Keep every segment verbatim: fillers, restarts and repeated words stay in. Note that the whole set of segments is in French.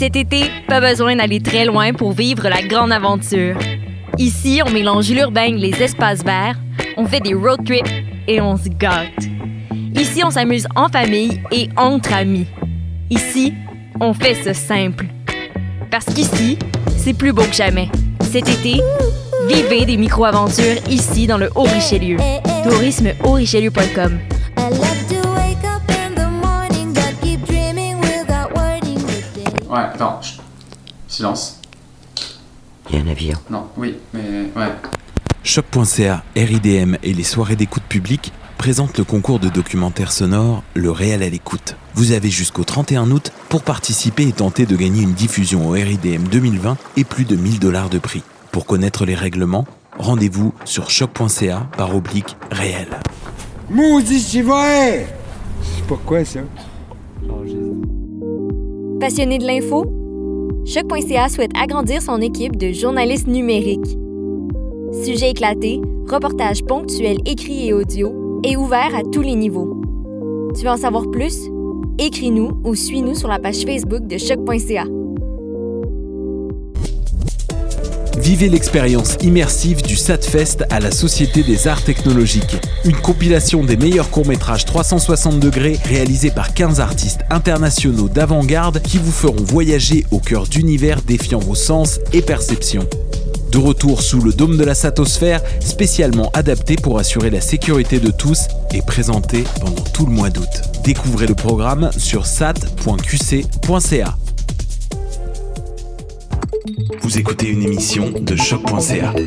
Cet été, pas besoin d'aller très loin pour vivre la grande aventure. Ici, on mélange l'urbain et les espaces verts, on fait des road trips et on se gâte. Ici, on s'amuse en famille et entre amis. Ici, on fait ce simple. Parce qu'ici, c'est plus beau que jamais. Cet été, vivez des micro-aventures ici dans le Haut-Richelieu. tourisme haut richelieu point com. Ouais, attends. Chut. Silence. Il y a un avion. Non, oui, mais ouais. Choc point C A, R I D M et les soirées d'écoute publique présentent le concours de documentaire sonore Le Réel à l'écoute. Vous avez jusqu'au trente et un août pour participer et tenter de gagner une diffusion au R I D M deux mille vingt et plus de mille dollars de prix. Pour connaître les règlements, rendez-vous sur choc point C A par oblique réel. Maudit, c'est vrai! C'est pas quoi ça? Passionné de l'info? choc point C A souhaite agrandir son équipe de journalistes numériques. Sujets éclatés, reportages ponctuels écrits et audio et ouverts à tous les niveaux. Tu veux en savoir plus? Écris-nous ou suis-nous sur la page Facebook de choc point C A. Vivez l'expérience immersive du SatFest à la Société des Arts Technologiques. Une compilation des meilleurs courts-métrages trois cent soixante degrés réalisés par quinze artistes internationaux d'avant-garde qui vous feront voyager au cœur d'univers défiant vos sens et perceptions. De retour sous le dôme de la Satosphère, spécialement adapté pour assurer la sécurité de tous et présenté pendant tout le mois d'août. Découvrez le programme sur sat point q c point c a. Vous écoutez une émission de choc point C A.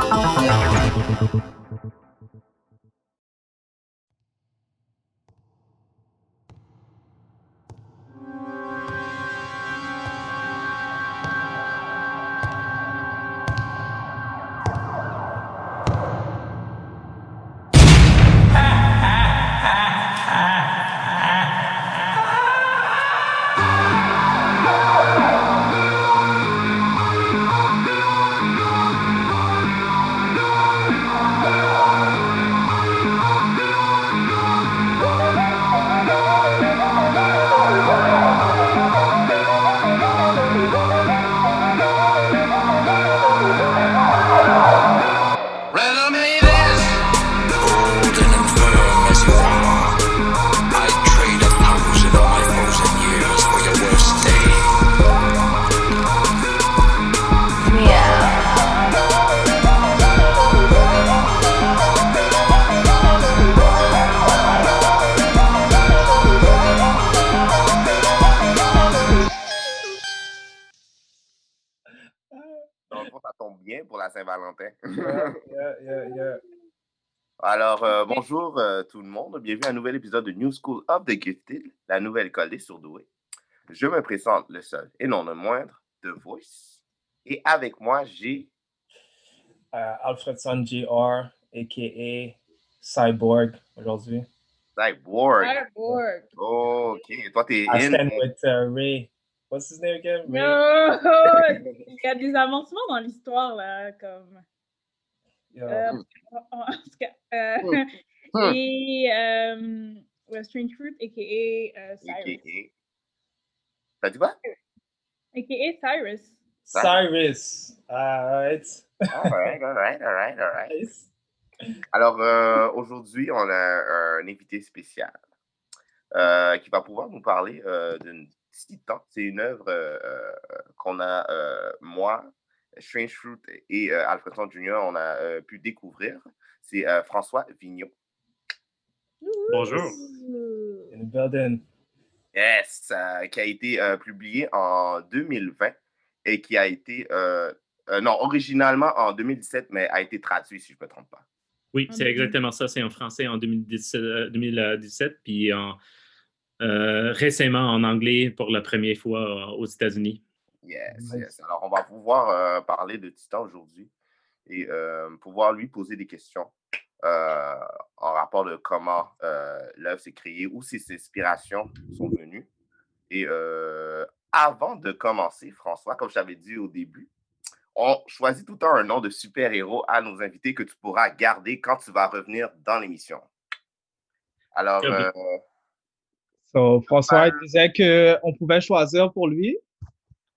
Saint-Valentin. Yeah, yeah, yeah, yeah. Alors, euh, bonjour euh, tout le monde. Bienvenue à un nouvel épisode de New School of the Gifted, la nouvelle école des surdoués. Je me présente le seul et non le moindre, The Voice. Et avec moi, j'ai... Uh, Alfredson J R, a k a. Cyborg, aujourd'hui. Cyborg. Cyborg. Oh, OK. Toi, t'es I in... stand with uh, Ray. What's his name again? Ray? No! Il y a des avancements dans l'histoire, là, comme... Yeah. Euh, en, en tout cas, euh, Hmm. et euh, Strange Fruit, a k a. Uh, Cyrus. A K A. T'as dit quoi? A K A Cyrus. Cyrus. Alright. All right, all right, all right, all right. Nice. Alors, euh, aujourd'hui, on a un invité spécial euh, qui va pouvoir nous parler euh, d'une Titan. C'est une œuvre euh, euh, qu'on a, euh, moi, Strange Fruit et euh, Alfredson Junior, on a euh, pu découvrir. C'est euh, François Vigneault. Bonjour. In the building. Yes, euh, qui a été euh, publié en deux mille vingt et qui a été, euh, euh, non, originalement en deux mille dix-sept, mais a été traduit, si je ne me trompe pas. Oui, c'est exactement ça. C'est en français en deux mille dix-sept, euh, deux mille dix-sept puis en, euh, récemment en anglais pour la première fois euh, aux États-Unis. Yes, Nice. yes. Alors, on va pouvoir euh, parler de Titan aujourd'hui et euh, pouvoir lui poser des questions euh, en rapport de comment euh, l'œuvre s'est créée, où ses inspirations sont venues. Et euh, avant de commencer, François, comme je t'avais dit au début, on choisit tout le temps un nom de super-héros à nos invités que tu pourras garder quand tu vas revenir dans l'émission. Alors, Très bien. euh, So, François il disait qu'on pouvait choisir pour lui.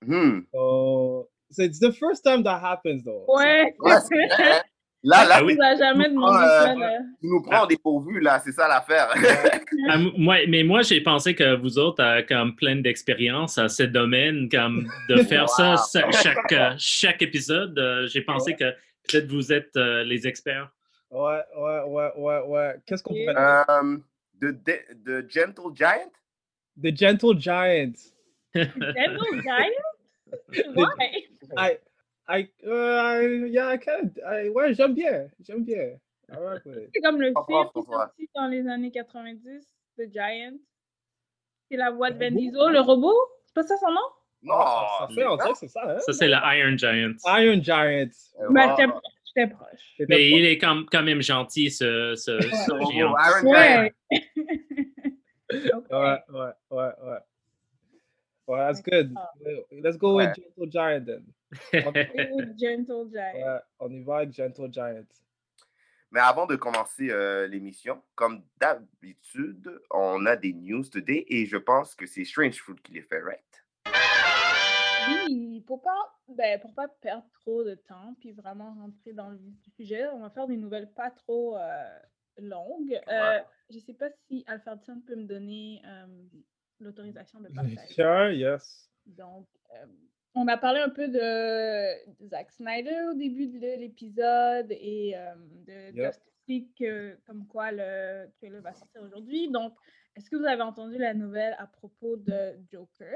Hmm. So, so it's the first time that happens, though. Ouais. Ouais, c'est vrai, hein. Là, là, Ah oui. Tu nous as tu jamais nous prends, demandé euh, ça, là. tu nous prends dépourvu, là, c'est ça l'affaire. Ah, m- moi, mais moi, j'ai pensé que vous autres, euh, comme plein d'expérience à ce domaine, comme de faire ça Wow. sa- chaque, euh, chaque épisode, euh, j'ai pensé que peut-être vous êtes euh, les experts. Ouais, ouais, ouais, ouais, ouais. Qu'est-ce qu'on pourrait Ok. dire? Um, the, the, the Gentle Giant? The Gentle Giant. Gentle Giant? The- Ouais. I, I, uh, yeah, I can. I, ouais, j'aime bien, j'aime bien. I rock with it. C'est comme le Comprends, film qui est comprends. sorti dans les années quatre-vingt-dix, The Giant. C'est la voix de Vin robot? Diesel, le robot? C'est pas ça son nom? Non, Ah, ça fait, c'est on ça? dirait que c'est ça, hein? Ça, c'est le Iron Giant. Iron Giant. Euh, Ben, wow. j'étais proche, j'étais proche. C'était Mais pas- il est quand, quand même gentil, ce, ce, Ce ce robot, géant. Iron Giant. Ouais. Ok. Ouais, ouais, ouais, ouais. Ouais, that's good. Ah. Let's go Ouais. with Gentle Giant then. Ooh, Gentle Giant. Ouais, on y va avec Gentle Giant. Mais avant de commencer euh, l'émission, comme d'habitude, on a des news today et je pense que c'est Strange Fruit qui les fait, right? Oui, pour pas, ben, pour pas perdre trop de temps, puis vraiment rentrer dans le vif du sujet, on va faire des nouvelles pas trop euh, longues. Euh, je sais pas si Alfredson peut me donner euh, l'autorisation de partager. Sure, yes. Donc, euh, on a parlé un peu de Zack Snyder au début de l'épisode et euh, de Yep. Justice League, que- comme quoi le trailer va sortir aujourd'hui. Donc, est-ce que vous avez entendu la nouvelle à propos de Joker?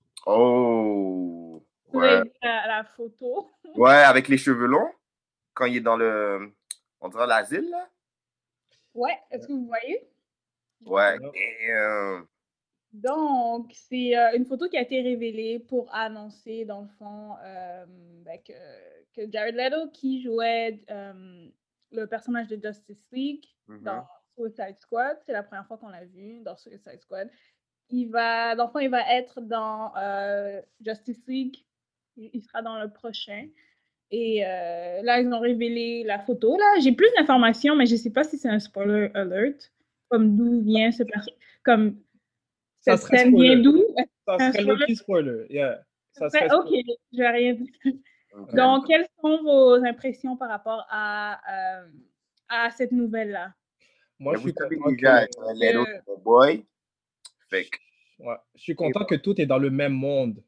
Oh! Vous Ouais. avez vu la, la photo? Ouais, avec les cheveux longs, quand il est dans le, on dirait l'asile, là? Ouais, est-ce que vous voyez? Ouais. Yep. Et, euh, Donc, c'est euh, une photo qui a été révélée pour annoncer, dans le fond, euh, ben, que, que Jared Leto, qui jouait euh, le personnage de Justice League mhm. dans Suicide Squad, c'est la première fois qu'on l'a vu dans Suicide Squad, il va, dans le fond, il va être dans euh, Justice League, il il sera dans le prochain. Et euh, là, ils ont révélé la photo. Là, j'ai plus d'informations, mais je sais pas si c'est un spoiler alert, comme d'où vient ce personnage, comme Ça cette serait scène vient spoiler. d'où? Ça Un serait spoiler? Loki spoiler, yeah. Ça Ouais, serait ok, je vais rien dire. Ok. Donc, quelles sont vos impressions par rapport à, euh, à cette nouvelle-là? Moi, Mais je vous suis savez content déjà, que... euh, Leto, Euh, c'est un boy. Fait que, Ouais, je suis content que tout est dans le même monde.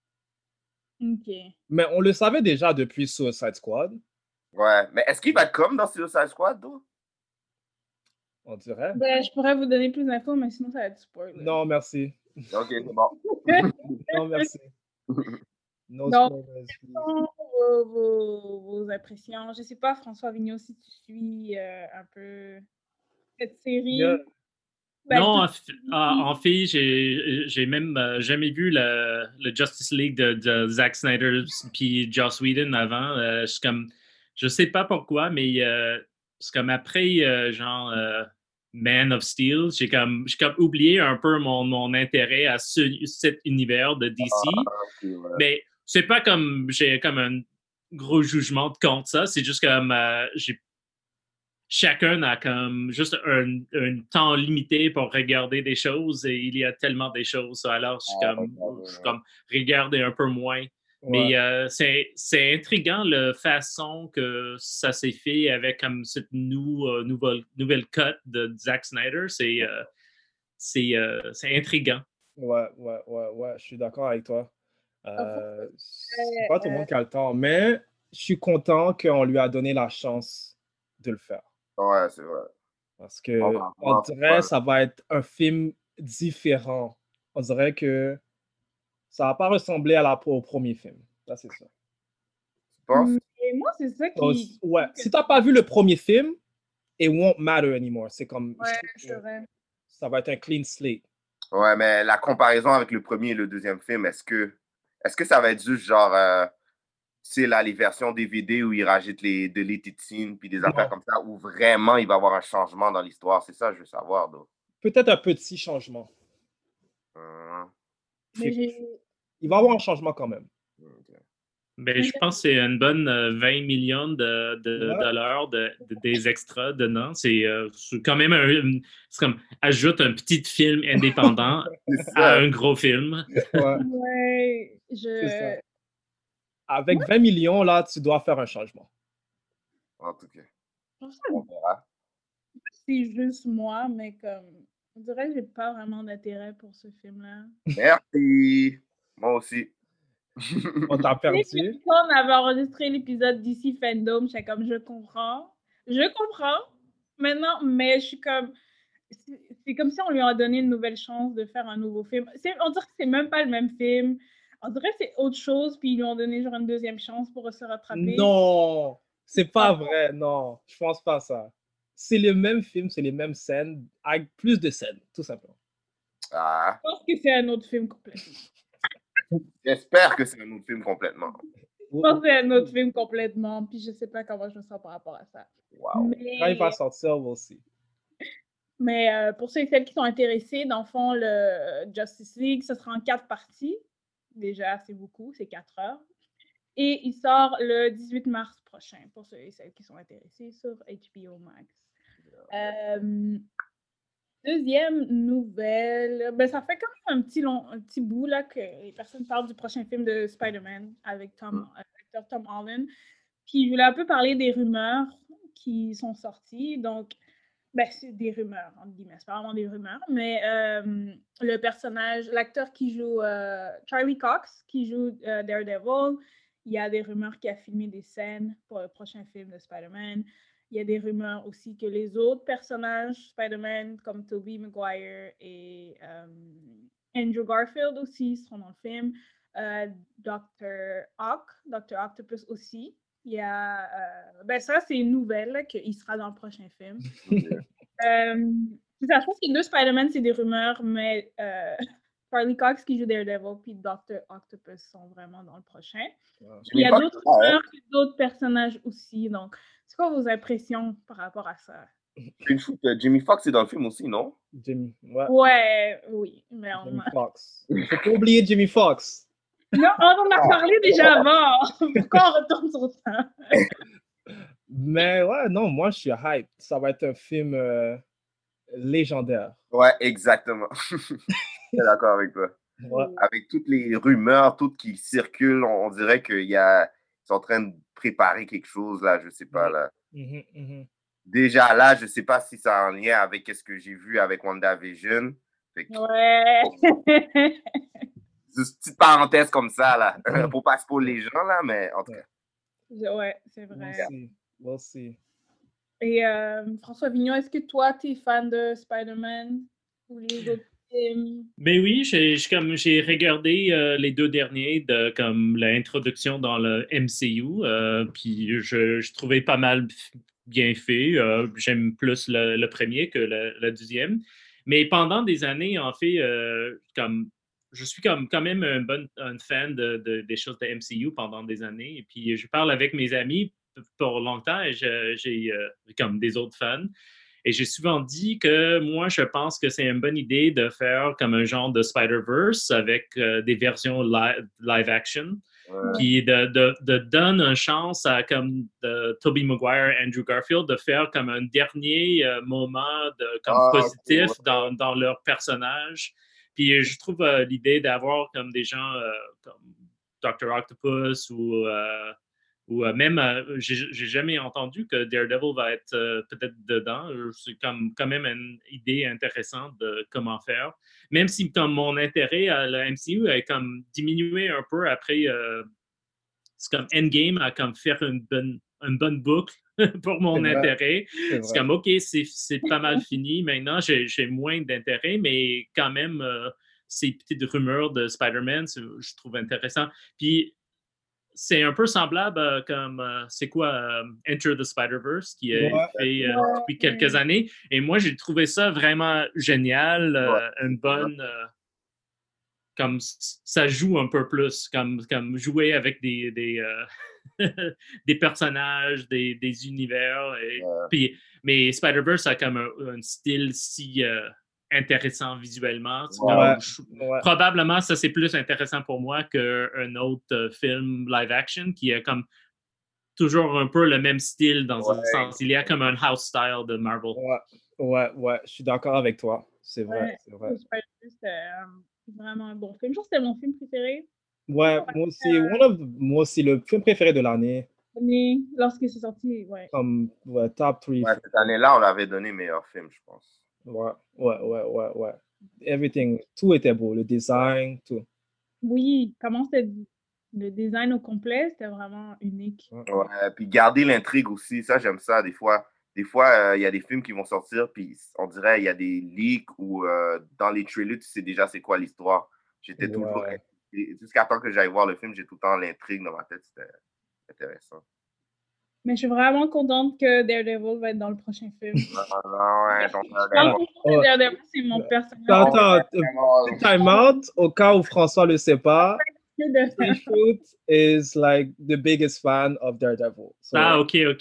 Ok. Mais on le savait déjà depuis Suicide Squad, ouais. Mais est-ce qu'il va être comme dans Suicide Squad, though? on dirait. Ben, je pourrais vous donner plus d'infos, mais sinon, ça va être spoiler. Non, merci. Ok, c'est bon. Non, merci. No Donc, spoilers, Quelles please. sont vos, vos, vos impressions? Je sais pas, François Vigneault, si tu suis euh, un peu cette série. Yeah. Ben, Non, en, tout- f- en- en fait, j'ai j'ai même euh, jamais vu le, le Justice League de, de Zack Snyder puis Joss Whedon avant. Euh, je suis comme, je sais pas pourquoi, mais euh, c'est comme après, euh, genre, euh, Man of Steel, j'ai comme, j'ai comme oublié un peu mon, mon intérêt à ce, cet univers de D C. Ah, ok, ouais. Mais c'est pas comme, j'ai comme un gros jugement contre ça, c'est juste comme, euh, j'ai chacun a comme juste un, un temps limité pour regarder des choses et il y a tellement des choses. Alors, je suis Ah, comme, ouais, je suis ouais. comme regarder un peu moins. Mais Ouais. euh, c'est, c'est intriguant la façon que ça s'est fait avec comme cette nou, euh, nouvelle, nouvelle cut de Zack Snyder. C'est, euh, c'est, euh, c'est intriguant. Ouais, ouais, ouais, ouais, je suis d'accord avec toi. Ah, Euh, c'est euh, pas tout le monde qui a le temps, mais je suis content qu'on lui a donné la chance de le faire. Ouais, c'est vrai. Parce que On va on voir, dirait ouais. que ça va être un film différent. On dirait que ça va pas ressembler à la, au premier film. Ça, c'est ça. Tu penses? Et moi, c'est ça Donc, qui. ouais, si t'as pas vu le premier film, it won't matter anymore. C'est comme, je Ouais, trouve c'est que vrai. ça va être un clean slate. Ouais, mais la comparaison avec le premier et le deuxième film, est-ce que, est-ce que ça va être juste genre, euh, tu sais, là, les versions D V D où ils rajoutent les deleted scenes puis des Non. affaires comme ça, où vraiment il va y avoir un changement dans l'histoire? C'est ça que je veux savoir, donc. Peut-être un petit changement. Hum, Mais C'est- j'ai. Il va y avoir un changement quand même. ok. Ben, je pense que c'est une bonne euh, vingt millions de, de Ouais. dollars de, de- des extras dedans. C'est euh, c'est quand même un, une- c'est comme ajoute un petit film indépendant C'est à ça. un gros film. Ouais, Ouais, c'est ça. je. Avec Moi, vingt millions, là, tu dois faire un changement. En tout cas, je pense on que verra. c'est juste moi, mais comme. On dirait que j'ai pas vraiment d'intérêt pour ce film-là. Merci. Moi aussi. On t'a Tu sais que perdu. quand on avait enregistré l'épisode d'ici Fandom, j'étais comme, je comprends. Je comprends. Maintenant, mais je suis comme. C'est c'est comme si on lui a donné une nouvelle chance de faire un nouveau film. C'est- On dirait que c'est même pas le même film. On dirait que c'est autre chose, puis ils lui ont donné genre une deuxième chance pour se rattraper. Non, c'est pas Ah, vrai, non, je pense pas ça. C'est le même film, c'est les mêmes scènes, avec plus de scènes, tout simplement. Ah, je pense que c'est un autre film complètement. j'espère que c'est un autre film complètement. Je pense que c'est un autre film complètement, puis je sais pas comment je me sens par rapport à ça. Wow. Quand il va Mais, sortir, we'll see. mais euh, pour ceux et celles qui sont intéressés, dans le fond, le Justice League, ce sera en quatre parties. Déjà, c'est beaucoup, c'est quatre heures. Et il sort le dix-huit mars prochain, pour ceux et celles qui sont intéressés, sur H B O Max. Euh, deuxième nouvelle, ben ça fait quand même un petit, long, un petit bout là, que les personnes parlent du prochain film de Spider-Man avec Tom, euh, l'acteur Tom Holland. Puis je voulais un peu parler des rumeurs qui sont sorties. Donc, ben, c'est des rumeurs, entre guillemets, c'est pas vraiment des rumeurs, mais euh, le personnage, l'acteur qui joue euh, Charlie Cox, qui joue euh, Daredevil, il y a des rumeurs qu'il a filmé des scènes pour le prochain film de Spider-Man. Il y a des rumeurs aussi que les autres personnages Spider-Man, comme Tobey Maguire et euh, Andrew Garfield aussi, seront dans le film. Euh, docteur Ock, docteur Octopus aussi. Il y a. Euh, ben, ça, c'est une nouvelle qu'il sera dans le prochain film. euh, c'est ça, je pense que les deux Spider-Man, c'est des rumeurs, mais euh, Charlie Cox qui joue Daredevil puis docteur Octopus sont vraiment dans le prochain. Il y a d'autres rumeurs que d'autres personnages aussi. Donc, c'est quoi vos impressions par rapport à ça? Une foot, euh, Jimmy Fox est dans le film aussi, non? Jimmy, ouais. Ouais, oui. Mais on Jimmy a... Fox. Faut pas oublier Jimmy Fox. Non, on en a parlé déjà avant. Pourquoi on retourne sur ça? Mais ouais, non, moi je suis hype. Ça va être un film euh, légendaire. Ouais, exactement. Je suis d'accord avec toi. Ouais. Avec toutes les rumeurs, toutes qui circulent, on, on dirait qu'ils sont en train de préparer quelque chose, là, je sais pas, là. Mm-hmm, mm-hmm. Déjà, là, je sais pas si ça a un lien avec ce que j'ai vu avec WandaVision. Fait que, Ouais. juste une petite parenthèse comme ça, là, pour pas spoiler les gens, là, mais en tout cas. Ouais, c'est vrai. We'll see. We'll see. Et euh, François Vignon, est-ce que toi, tu es fan de Spider-Man ou les autres films? Ben oui, j'ai j'ai comme j'ai regardé euh, les deux derniers de comme l'introduction dans le M C U, euh, puis je, je trouvais pas mal bien fait. Euh, j'aime plus le, le premier que le, le deuxième. Mais pendant des années, en fait, euh, comme je suis comme quand même un bon un fan de, de- des choses de M C U pendant des années. Et puis je parle avec mes amis pour longtemps et je- j'ai euh, comme des autres fans. Et j'ai souvent dit que moi, je pense que c'est une bonne idée de faire comme un genre de Spider-Verse avec euh, des versions live, live action. Ouais. Puis de, de, de donner une chance à comme de Tobey Maguire, Andrew Garfield, de faire comme un dernier euh, moment de, comme Ah, positif ok, ouais. dans, dans leur personnage. Puis je trouve euh, l'idée d'avoir comme des gens euh, comme docteur Octopus ou euh, ou euh, même, euh, j'ai j'ai jamais entendu que Daredevil va être euh, peut-être dedans. Euh, C'est comme quand même une idée intéressante de comment faire. Même si comme mon intérêt à la M C U a comme diminué un peu après, euh, c'est comme Endgame a comme faire une bonne, une bonne boucle pour mon C'est vrai. intérêt. C'est C'est vrai. comme, OK, c'est c'est pas mal fini. Maintenant, j'ai j'ai moins d'intérêt, mais quand même, euh, ces petites rumeurs de Spider-Man, c'est- je trouve intéressant. Puis, c'est un peu semblable euh, comme, euh, c'est quoi, euh, Enter the Spider-Verse, qui est Ouais. fait euh, Ouais. depuis quelques années. Et moi, j'ai trouvé ça vraiment génial, euh, Ouais. une bonne... euh, comme s- ça joue un peu plus, comme, comme jouer avec des, des, euh, des personnages, des, des univers. Et, Ouais. puis, mais Spider-Verse a comme un, un style si euh, intéressant visuellement. C'est Ouais. comme, Ouais, je- ouais. Probablement, ça, c'est plus intéressant pour moi qu'un autre euh, film live-action qui est comme toujours un peu le même style dans un Ouais. sens. Il y a comme un house style de Marvel. Ouais, ouais, ouais, je suis d'accord avec toi. C'est vrai, Ouais, c'est vrai. Spider-Man, c'était euh, vraiment un bon film. Je pense que c'était mon film préféré. Ouais, moi aussi, one of, moi aussi, le film préféré de l'année, Mais lorsque c'est sorti, ouais. comme ouais, top three. Ouais, cette année-là, on l'avait donné meilleur film, je pense. Ouais, ouais, ouais, ouais, ouais. Everything, tout était beau, le design, tout. Oui, comment c'était le design au complet, c'était vraiment unique. Ouais. Ouais, puis garder l'intrigue aussi, ça, j'aime ça. Des fois, des fois, il y a des films qui vont sortir, puis on dirait il y a des leaks ou euh, dans les trailers, tu sais déjà c'est quoi l'histoire. J'étais toujours Ouais. intrigué. Jusqu'à temps que j'aille voir le film, j'ai tout le temps l'intrigue dans ma tête. C'était intéressant. Mais je suis vraiment contente que Daredevil va être dans le prochain film. Ah, non, ouais, donc, Je suis Ah, contente que ouais. Daredevil, c'est mon personnage. Attends, attends, Ouais, euh, vraiment. time out, au cas où François le sait pas, De- Seafood is like the biggest fan of Daredevil. So, Ah, ok, ok.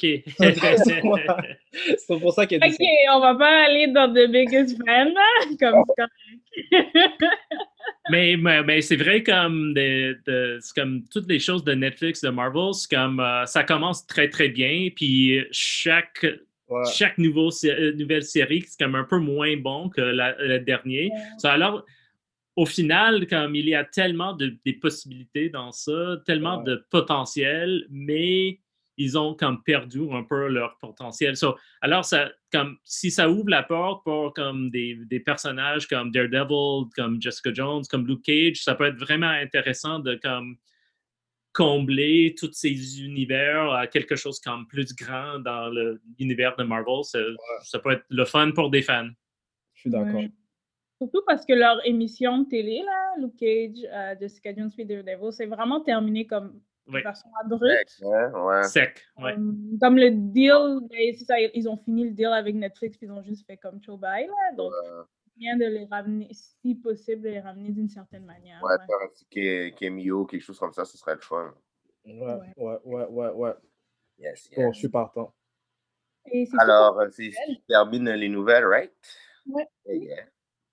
c'est pour ça qu'il a dit Ok, on va pas aller dans The Biggest Fan, là, comme c'est correct. mais mais, mais c'est vrai comme, de, de- c'est comme toutes les choses de Netflix, de Marvel, c'est comme euh, ça commence très très bien, puis chaque ça. Ouais. chaque nouveau, sé- euh, nouvelle série c'est comme un peu moins bon que la, le dernier. So, alors au final, comme il y a tellement de des possibilités dans ça, tellement Ouais. de potentiel, mais ils ont comme perdu un peu leur potentiel. So, alors, ça, comme, si ça ouvre la porte pour comme des, des personnages comme Daredevil, comme Jessica Jones, comme Luke Cage, ça peut être vraiment intéressant de comme combler tous ces univers à quelque chose comme plus grand dans le- l'univers de Marvel. Ça, ça peut être le fun pour des fans. Je suis d'accord. Ouais. Surtout parce que leur émission de télé, là, Luke Cage, euh, Jessica Jones puis Daredevil, c'est vraiment terminé comme de Oui. façon abrupte. Ouais, ouais. Sec, ouais. Euh, comme le deal, ben, c'est ça, ils ont fini le deal avec Netflix puis ils ont juste fait comme show bye, là. Donc, Ouais, bien de les ramener, si possible, de les ramener d'une certaine manière. ouais, ouais. faire un petit cameo, quelque chose comme ça, ce serait le fun. Ouais, Ouais. ouais, ouais, ouais, ouais. Yes, yes. Bon, je suis partant. Et c'est tout Alors, pour euh, c'est les ce nouvelles. qui termine les nouvelles, right? Ouais. Yeah, yeah.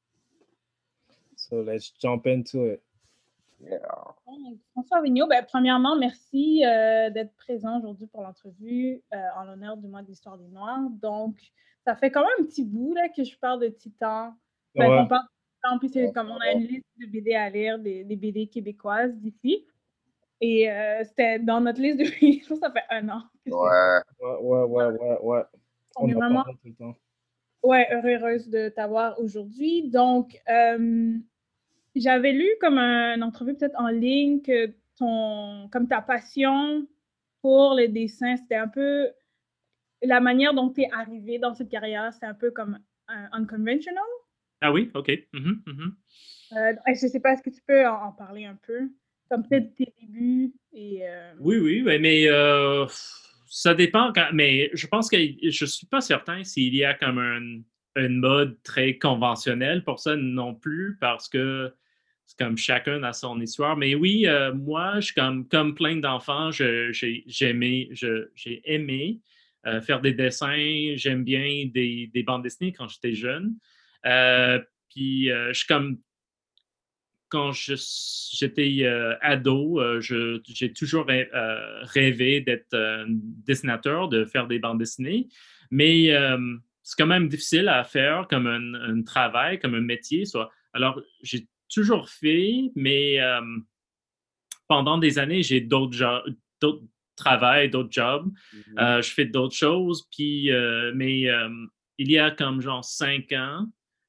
So let's jump into it. Yeah. Donc, François Vigneault, ben, premièrement, merci euh, d'être présent aujourd'hui pour l'entrevue euh, en l'honneur du mois de l'histoire des Noirs. Donc, ça fait quand même un petit bout là, que je parle de Titan. Ben, Ouais. qu'on parle de Titan, puis c'est comme on a une liste de B D à lire, des, des B D québécoises d'ici. Et euh, c'était dans notre liste depuis, je pense que ça fait un an. que c'est- Ouais. Ouais, ouais, ouais, ouais, ouais. On est en vraiment parle tout le temps. ouais, heureuse de t'avoir aujourd'hui. Donc, euh, j'avais lu comme un, une entrevue peut-être en ligne que ton, comme ta passion pour le dessin, c'était un peu la manière dont tu es arrivé dans cette carrière, c'est un peu comme un unconventional. Ah oui, ok. Mhm, mhm. Euh, je sais pas, est-ce que tu peux en, en parler un peu? Comme peut-être tes débuts et... euh, Oui, oui, ouais, mais euh, ça dépend. Quand- mais je pense que je suis pas certain s'il y a comme un, une mode très conventionnelle pour ça non plus, parce que c'est comme chacun a son histoire. Mais oui, euh, moi, je suis comme, comme plein d'enfants, je- j'ai j'aimais- je- j'ai aimé euh, faire des dessins. J'aime bien des, des bandes dessinées quand j'étais jeune. Euh, puis euh, je suis comme quand je- j'étais euh, ado, euh, je- j'ai toujours rê- euh, rêvé d'être euh, dessinateur, de faire des bandes dessinées, mais euh, c'est quand même difficile à faire comme un, un travail, comme un métier. Soit. Alors, j'ai toujours fait, mais euh, pendant des années, j'ai d'autres jo- d'autres travails, d'autres jobs. Euh, je fais d'autres choses, puis, euh, mais euh, il y a comme genre cinq ans,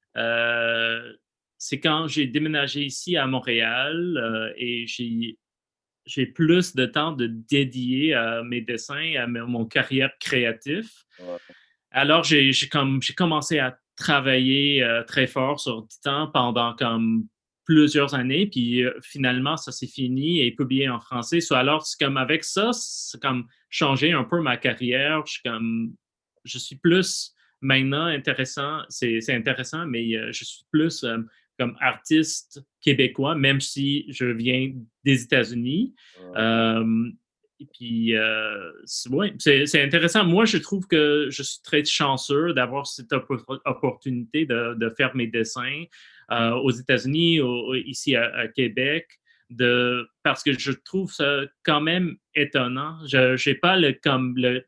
euh, c'est quand j'ai déménagé ici à Montréal euh, et j'ai, j'ai plus de temps de dédier à mes dessins, à mon mon carrière créative. Ouais. Alors, j'ai, j'ai, comme, j'ai commencé à travailler euh, très fort sur Titan pendant comme plusieurs années, puis euh, finalement, ça s'est fini et publié en français. So, alors, c'est comme avec ça, c'est comme changer un peu ma carrière. Je suis comme, je suis plus maintenant intéressant, c'est, c'est intéressant, mais euh, je suis plus euh, comme artiste québécois, même si je viens des États-Unis. Ouais. Euh, et puis, euh, c'est, ouais, c'est, c'est intéressant. Moi, je trouve que je suis très chanceux d'avoir cette oppo- opportunité de, de faire mes dessins euh, aux États-Unis, au- ici à, à Québec, de, parce que je trouve ça quand même étonnant. Je j'ai pas le comme le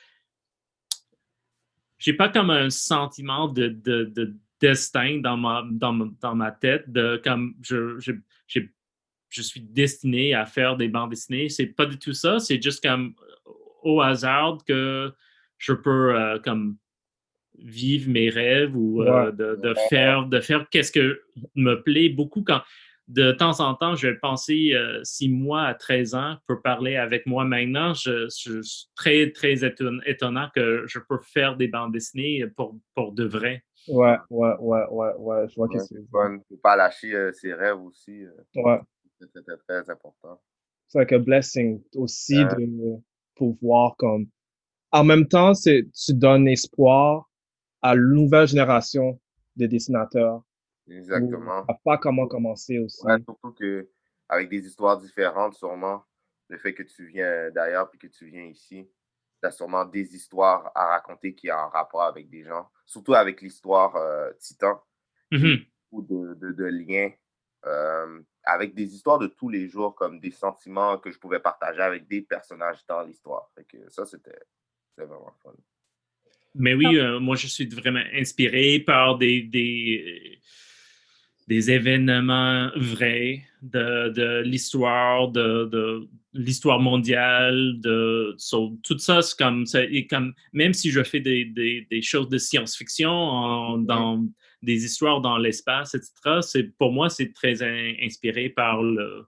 j'ai pas comme un sentiment de, de, de destin dans ma, dans, ma- dans ma tête de comme je, je, j'ai- je suis destiné à faire des bandes dessinées. C'est pas du tout ça. C'est juste comme au hasard que je peux euh, comme vivre mes rêves ou Ouais. euh, de, de faire de faire qu'est-ce que me plaît beaucoup quand de temps en temps, je vais penser euh, si moi à treize ans peux parler avec moi maintenant, je, je suis très très éton- étonnant que je peux faire des bandes dessinées pour, pour de vrai. Ouais, ouais, ouais, ouais, ouais, je vois Ouais, qu'est-ce que c'est tu veux dire. fun. Faut pas lâcher euh, ses rêves aussi. euh, Ouais, c'est très, très, très, très important. c'est like a blessing aussi Ouais. de pouvoir comme... En même temps, c'est, tu donnes espoir à la nouvelle génération de dessinateurs où Exactement. ne savent pas comment commencer aussi. Ouais, surtout que avec des histoires différentes, sûrement, le fait que tu viens d'ailleurs puis que tu viens ici, tu as sûrement des histoires à raconter qui ont en rapport avec des gens, surtout avec l'histoire euh, Titan, qui Mhm. ou de, de, de liens euh, avec des histoires de tous les jours, comme des sentiments que je pouvais partager avec des personnages dans l'histoire. Fait que ça, c'était c'était vraiment fun. Mais oui, euh, moi, je suis vraiment inspiré par des, des, des événements vrais de, de l'histoire, de, de l'histoire mondiale, de so, tout ça, c'est comme, ça, et comme, même si je fais des, des, des choses de science-fiction en- dans des histoires dans l'espace, et cetera, c'est, pour moi, c'est très in- inspiré par le,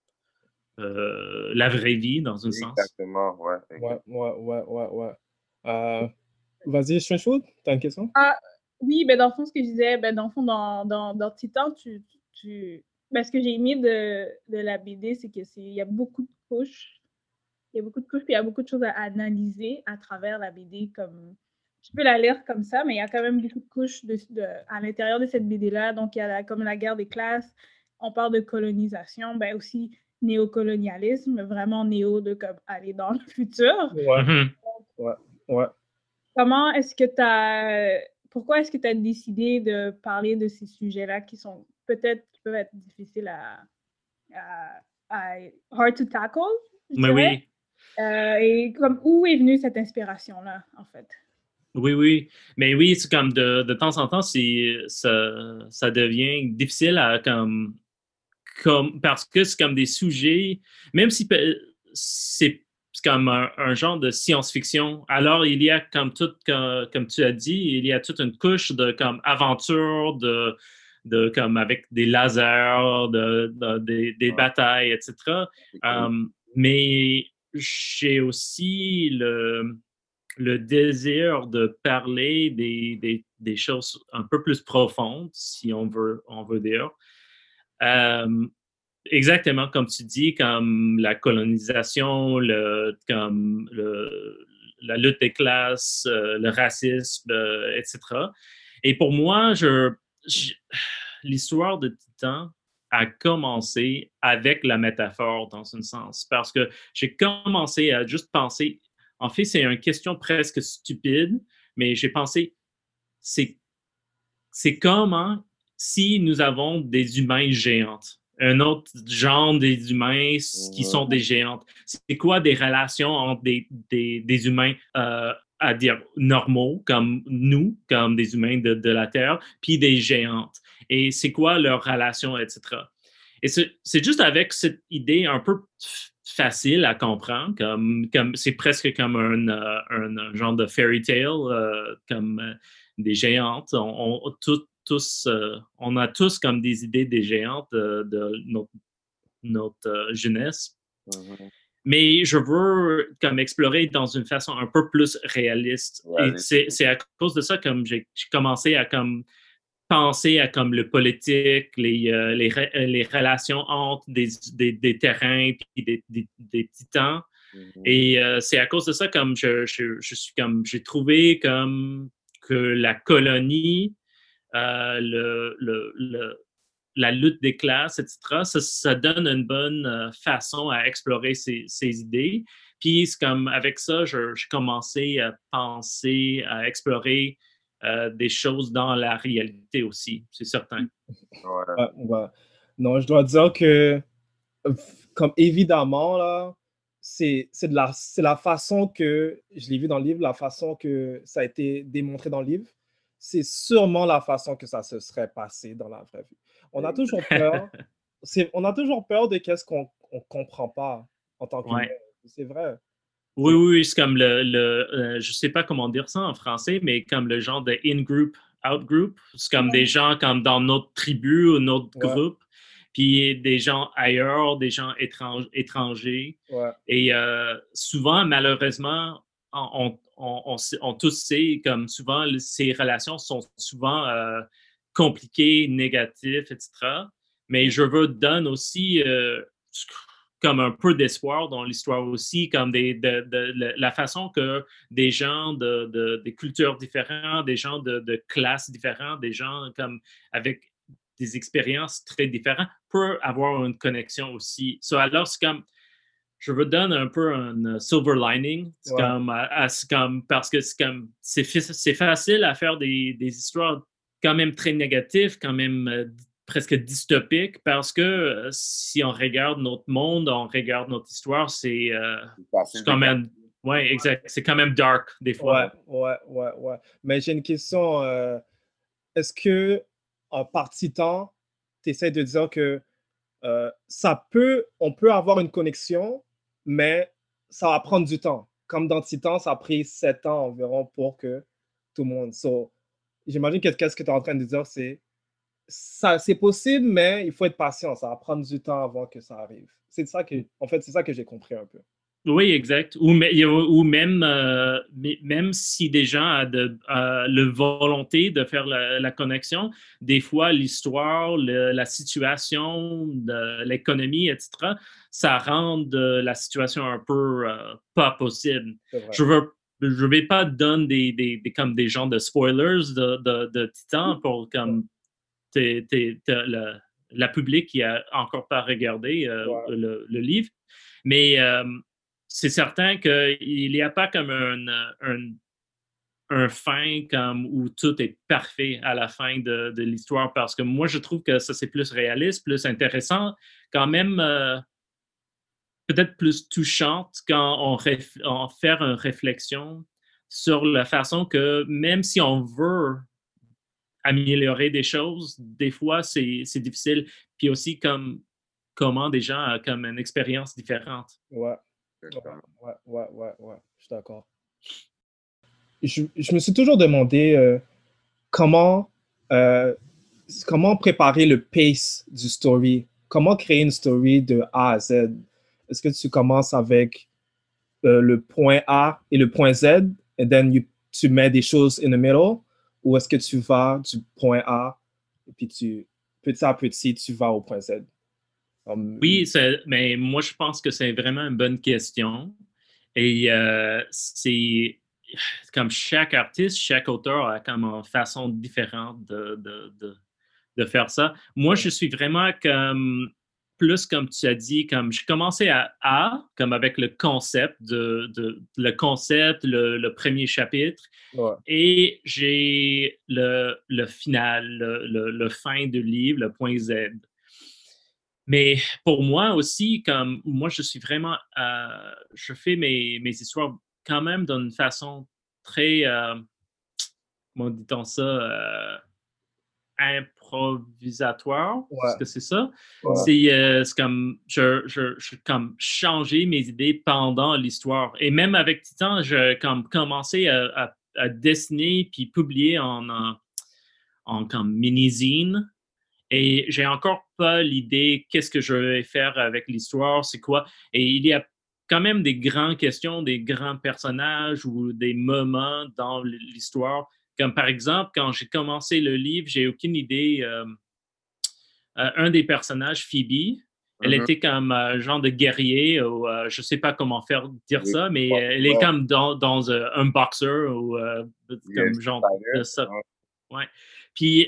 euh, la vraie vie, dans un sens. Exactement, ouais. Ouais, exactement. ouais, ouais, ouais, ouais. Euh, vas-y, Strange Food, t'as une question? Ah, oui, ben dans le fond, ce que je disais, ben dans le fond, dans, dans, dans Titan, tu, tu... Ben, ce que j'ai aimé de, de la B D, c'est que c'est, il y a beaucoup de couches. Il y a beaucoup de couches, puis il y a beaucoup de choses à analyser à travers la B D. Comme... Tu peux la lire comme ça, mais il y a quand même beaucoup de couches de, de, à l'intérieur de cette B D-là. Donc, il y a la, comme la guerre des classes, on parle de colonisation, ben aussi néocolonialisme, vraiment néo de comme aller dans le futur. Ouais, Mhm. ouais, ouais. Comment est-ce que tu as... Pourquoi est-ce que tu as décidé de parler de ces sujets-là qui sont peut-être, qui peuvent être difficiles à... à, à hard to tackle, je Mais dirais? oui. Euh, et comme, où est venue cette inspiration-là, en fait? Oui, oui. Mais oui, c'est comme de, de temps en temps, c'est, ça, ça devient difficile à comme, comme parce que c'est comme des sujets, même si pe- c'est c'est comme un, un genre de science-fiction, alors il y a comme tout, comme, comme tu as dit, il y a toute une couche de comme aventure, de, de comme avec des lasers, de, de- des, des Ouais. batailles, et cetera. C'est cool. Um, mais j'ai aussi le le désir de parler des, des, des choses un peu plus profondes, si on veut, on veut dire. Euh, exactement comme tu dis, comme la colonisation, le, comme le, la lutte des classes, euh, le racisme, euh, et cetera. Et pour moi, je, je- l'histoire de Titan a commencé avec la métaphore dans un sens, parce que j'ai commencé à juste penser, en fait, c'est une question presque stupide, mais j'ai pensé, c'est, c'est comment si nous avons des humains géantes, un autre genre des humains qui sont des géantes, c'est quoi des relations entre des, des, des humains euh, à dire normaux, comme nous, comme des humains de, de la Terre, puis des géantes. Et c'est quoi leur relation, et cetera. Et c'est, c'est juste avec cette idée un peu facile à comprendre, comme, comme c'est presque comme un, euh, un, un genre de fairy tale, euh, comme euh, des géantes. On, on, tout, tous, euh, on a tous comme des idées des géantes de, de notre, notre euh, jeunesse. Mhm. Mais je veux comme explorer dans une façon un peu plus réaliste. Ouais, Et les- c'est, c'est à cause de ça comme j'ai, j'ai commencé à comme penser à comme le politique, les, euh, les, re- les relations entre des, des, des terrains puis des, des, des titans. Mhm. Et euh, c'est à cause de ça comme je, je, je suis comme j'ai trouvé comme que la colonie, euh, le, le, le, la lutte des classes, et cetera. Ça, ça donne une bonne euh, façon à explorer ces, ces idées. Puis, c'est comme avec ça, je- j'ai commencé à penser, à explorer euh, des choses dans la réalité aussi, c'est certain. Ouais. Ouais, ouais. Non, je dois dire que, euh, comme évidemment, là, c'est c'est de la, c'est la façon que, je l'ai vu dans le livre, la façon que ça a été démontré dans le livre, c'est sûrement la façon que ça se serait passé dans la vraie vie. On a toujours peur, c'est, on a toujours peur de qu'est-ce qu'on on comprend pas en tant qu'humain. Ouais. C'est vrai. Oui, oui, oui, c'est comme le, le euh, je sais pas comment dire ça en français, mais comme le genre de in-group, out-group. C'est comme des gens comme dans notre tribu ou notre Ouais, groupe, puis des gens ailleurs, des gens étrange- étrangers. ouais, Et euh, souvent, malheureusement, on, on, on, sait- on tous sait, comme souvent, le- ces relations sont souvent euh, compliquées, négatives, et cetera. Mais je veux donner aussi euh, comme un peu d'espoir dans l'histoire aussi, comme des, de, de- de- la façon que des gens de, de- des cultures différentes, des gens de, de classes différentes, des gens comme avec des expériences très différentes peuvent avoir une connexion aussi. So, alors, c'est comme, je veux donner un peu un silver lining, c'est ouais, comme, à- à- c'est comme, parce que c'est comme, c'est, fi- c'est facile à faire des, des histoires quand même très négatives, quand même euh, presque dystopiques, parce que euh, si on regarde notre monde, on regarde notre histoire, c'est, euh, C'est c'est facile de quand garder. même, ouais, exact, c'est quand même dark des ouais, fois. ouais, ouais, ouais. Mais j'ai une question. euh, Est-ce que, en partant, tu essaies de dire que euh, ça peut, on peut avoir une connexion, mais ça va prendre du temps. Comme dans Titan, ça a pris sept ans environ pour que tout le monde. So, j'imagine que qu'est-ce que tu es en train de dire, c'est ça, c'est possible, mais il faut être patient. Ça va prendre du temps avant que ça arrive. C'est ça que, en fait, c'est ça que j'ai compris un peu. Oui, exact. Ou, mê- ou même, euh, mé- même si des gens ont de, euh, la volonté de faire la, la connexion, des fois, l'histoire, le- la situation, de l'économie, et cetera, ça rend de la situation un peu euh, pas possible. C'est vrai. Je veux, je vais pas donner des, des, des- comme des genres de spoilers de, de, de Titan pour comme t'es- t'es- t'es- le- la public qui a encore pas regardé euh, Ouais, le, le livre. Mais euh, c'est certain qu'il n'y a pas comme un, un, un fin comme où tout est parfait à la fin de, de l'histoire parce que moi, je trouve que ça, c'est plus réaliste, plus intéressant, quand même euh, peut-être plus touchante quand on, réf- on fait une réflexion sur la façon que même si on veut améliorer des choses, des fois, c'est c'est difficile. Puis aussi, comme comment des gens ont comme une expérience différente. ouais, ouais, Exactement. ouais, ouais, ouais, ouais, je suis d'accord. Je, je me suis toujours demandé euh, comment, euh, comment préparer le pace du story, comment créer une story de A à Z. Est-ce que tu commences avec euh, le point A et le point Z, et then you- tu mets des choses in the middle, ou est-ce que tu vas du point A et puis tu, petit à petit, tu vas au point Z? Um, Oui, c'est- mais moi, je pense que c'est vraiment une bonne question. Et euh, c'est comme chaque artiste, chaque auteur a comme une façon différente de, de, de, de faire ça. Moi, je suis vraiment comme plus comme tu as dit, comme je commençais à A, comme avec le concept de, de le concept, le, le premier chapitre, ouais, et j'ai le, le final, le, le, le fin du livre, le point Z. Mais pour moi aussi, comme moi, je suis vraiment, euh, je fais mes, mes histoires quand même d'une façon très, euh, comment dit-on ça, euh, improvisatoire. Est-ce ouais, que c'est ça? ouais, C'est euh, c'est comme, je, je, je comme changer mes idées pendant l'histoire. Et même avec Titan, je comme commencé à, à, à dessiner puis publier en, en, en comme mini-zine. Et j'ai encore pas l'idée qu'est-ce que je vais faire avec l'histoire, c'est quoi. Et il y a quand même des grandes questions, des grands personnages ou des moments dans l'histoire. Comme par exemple, quand j'ai commencé le livre, j'ai aucune idée. Euh, euh, un des personnages, Phoebe, elle Mhm. était comme un genre de guerrier, ou euh, je sais pas comment faire dire Oui. ça, mais Ouais, elle est ouais. comme dans, dans euh, un boxer ou euh, Yes, comme genre Tyler. de ça. Ouais. Ouais. Puis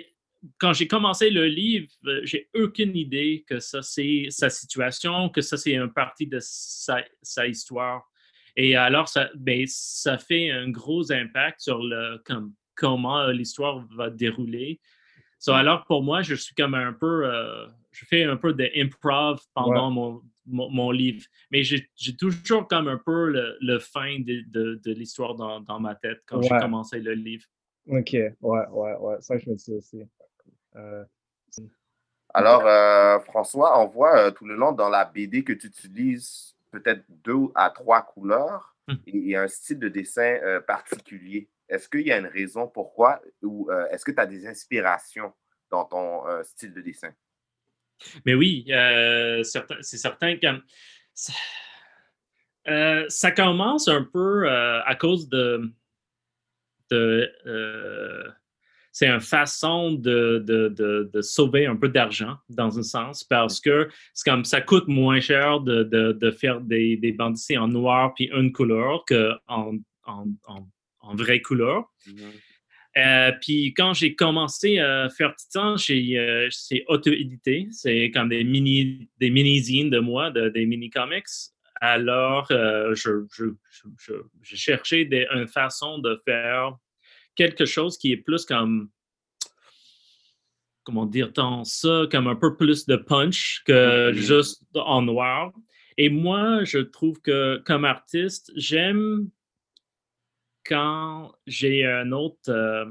quand j'ai commencé le livre, euh, j'ai aucune idée que ça, c'est sa situation, que ça, c'est une partie de sa, sa histoire. Et alors, ça, ben, ça fait un gros impact sur le, comme, comment euh, l'histoire va dérouler. So, alors, pour moi, je suis comme un peu, euh, je fais un peu d'improv pendant Ouais. mon, mon, mon livre. Mais j'ai j'ai toujours comme un peu le, le fin de, de, de l'histoire dans, dans ma tête quand j'ai Ouais. commencé le livre. OK. Ouais, ouais, ouais. Ça, je me dis aussi. Euh, Alors, euh, François, on voit euh, tout le long dans la B D que tu utilises peut-être deux à trois couleurs Hmm. et, et un style de dessin euh, particulier. Est-ce qu'il y a une raison pourquoi ou euh, est-ce que tu as des inspirations dans ton euh, style de dessin? Mais oui, euh, certain- c'est certain que ça, euh, ça commence un peu euh, à cause de, de euh, c'est une façon de, de, de, de sauver un peu d'argent, dans un sens, parce que c'est comme ça coûte moins cher de, de, de faire des, des bandes dessinées en noir puis une couleur qu'en en, en, en vraie couleur. Mhm. Euh, puis quand j'ai commencé à faire Titan, j'ai, euh, c'est auto-édité. C'est comme des mini des mini-zines de moi, de, des mini-comics. Alors, euh, je, je, je, je, je cherchais des, une façon de faire quelque chose qui est plus comme, comment dire-t-on ça, comme un peu plus de punch que Mhm. juste en noir. Et moi, je trouve que comme artiste, j'aime quand j'ai un autre, euh,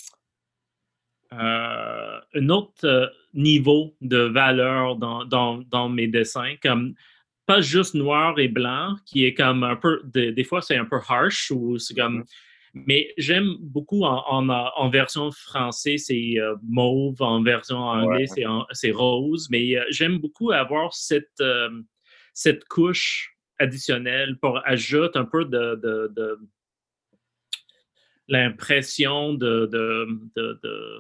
euh, un autre euh, niveau de valeur dans, dans, dans mes dessins, comme pas juste noir et blanc, qui est comme un peu, de- des fois c'est un peu harsh, ou c'est comme, Mhm. mais j'aime beaucoup en, en, en version française, c'est euh, mauve, en version Ouais. anglaise, c'est, en- c'est rose, mais euh, j'aime beaucoup avoir cette, euh, cette couche additionnelle pour ajouter un peu de, de, de l'impression de, de, de, de,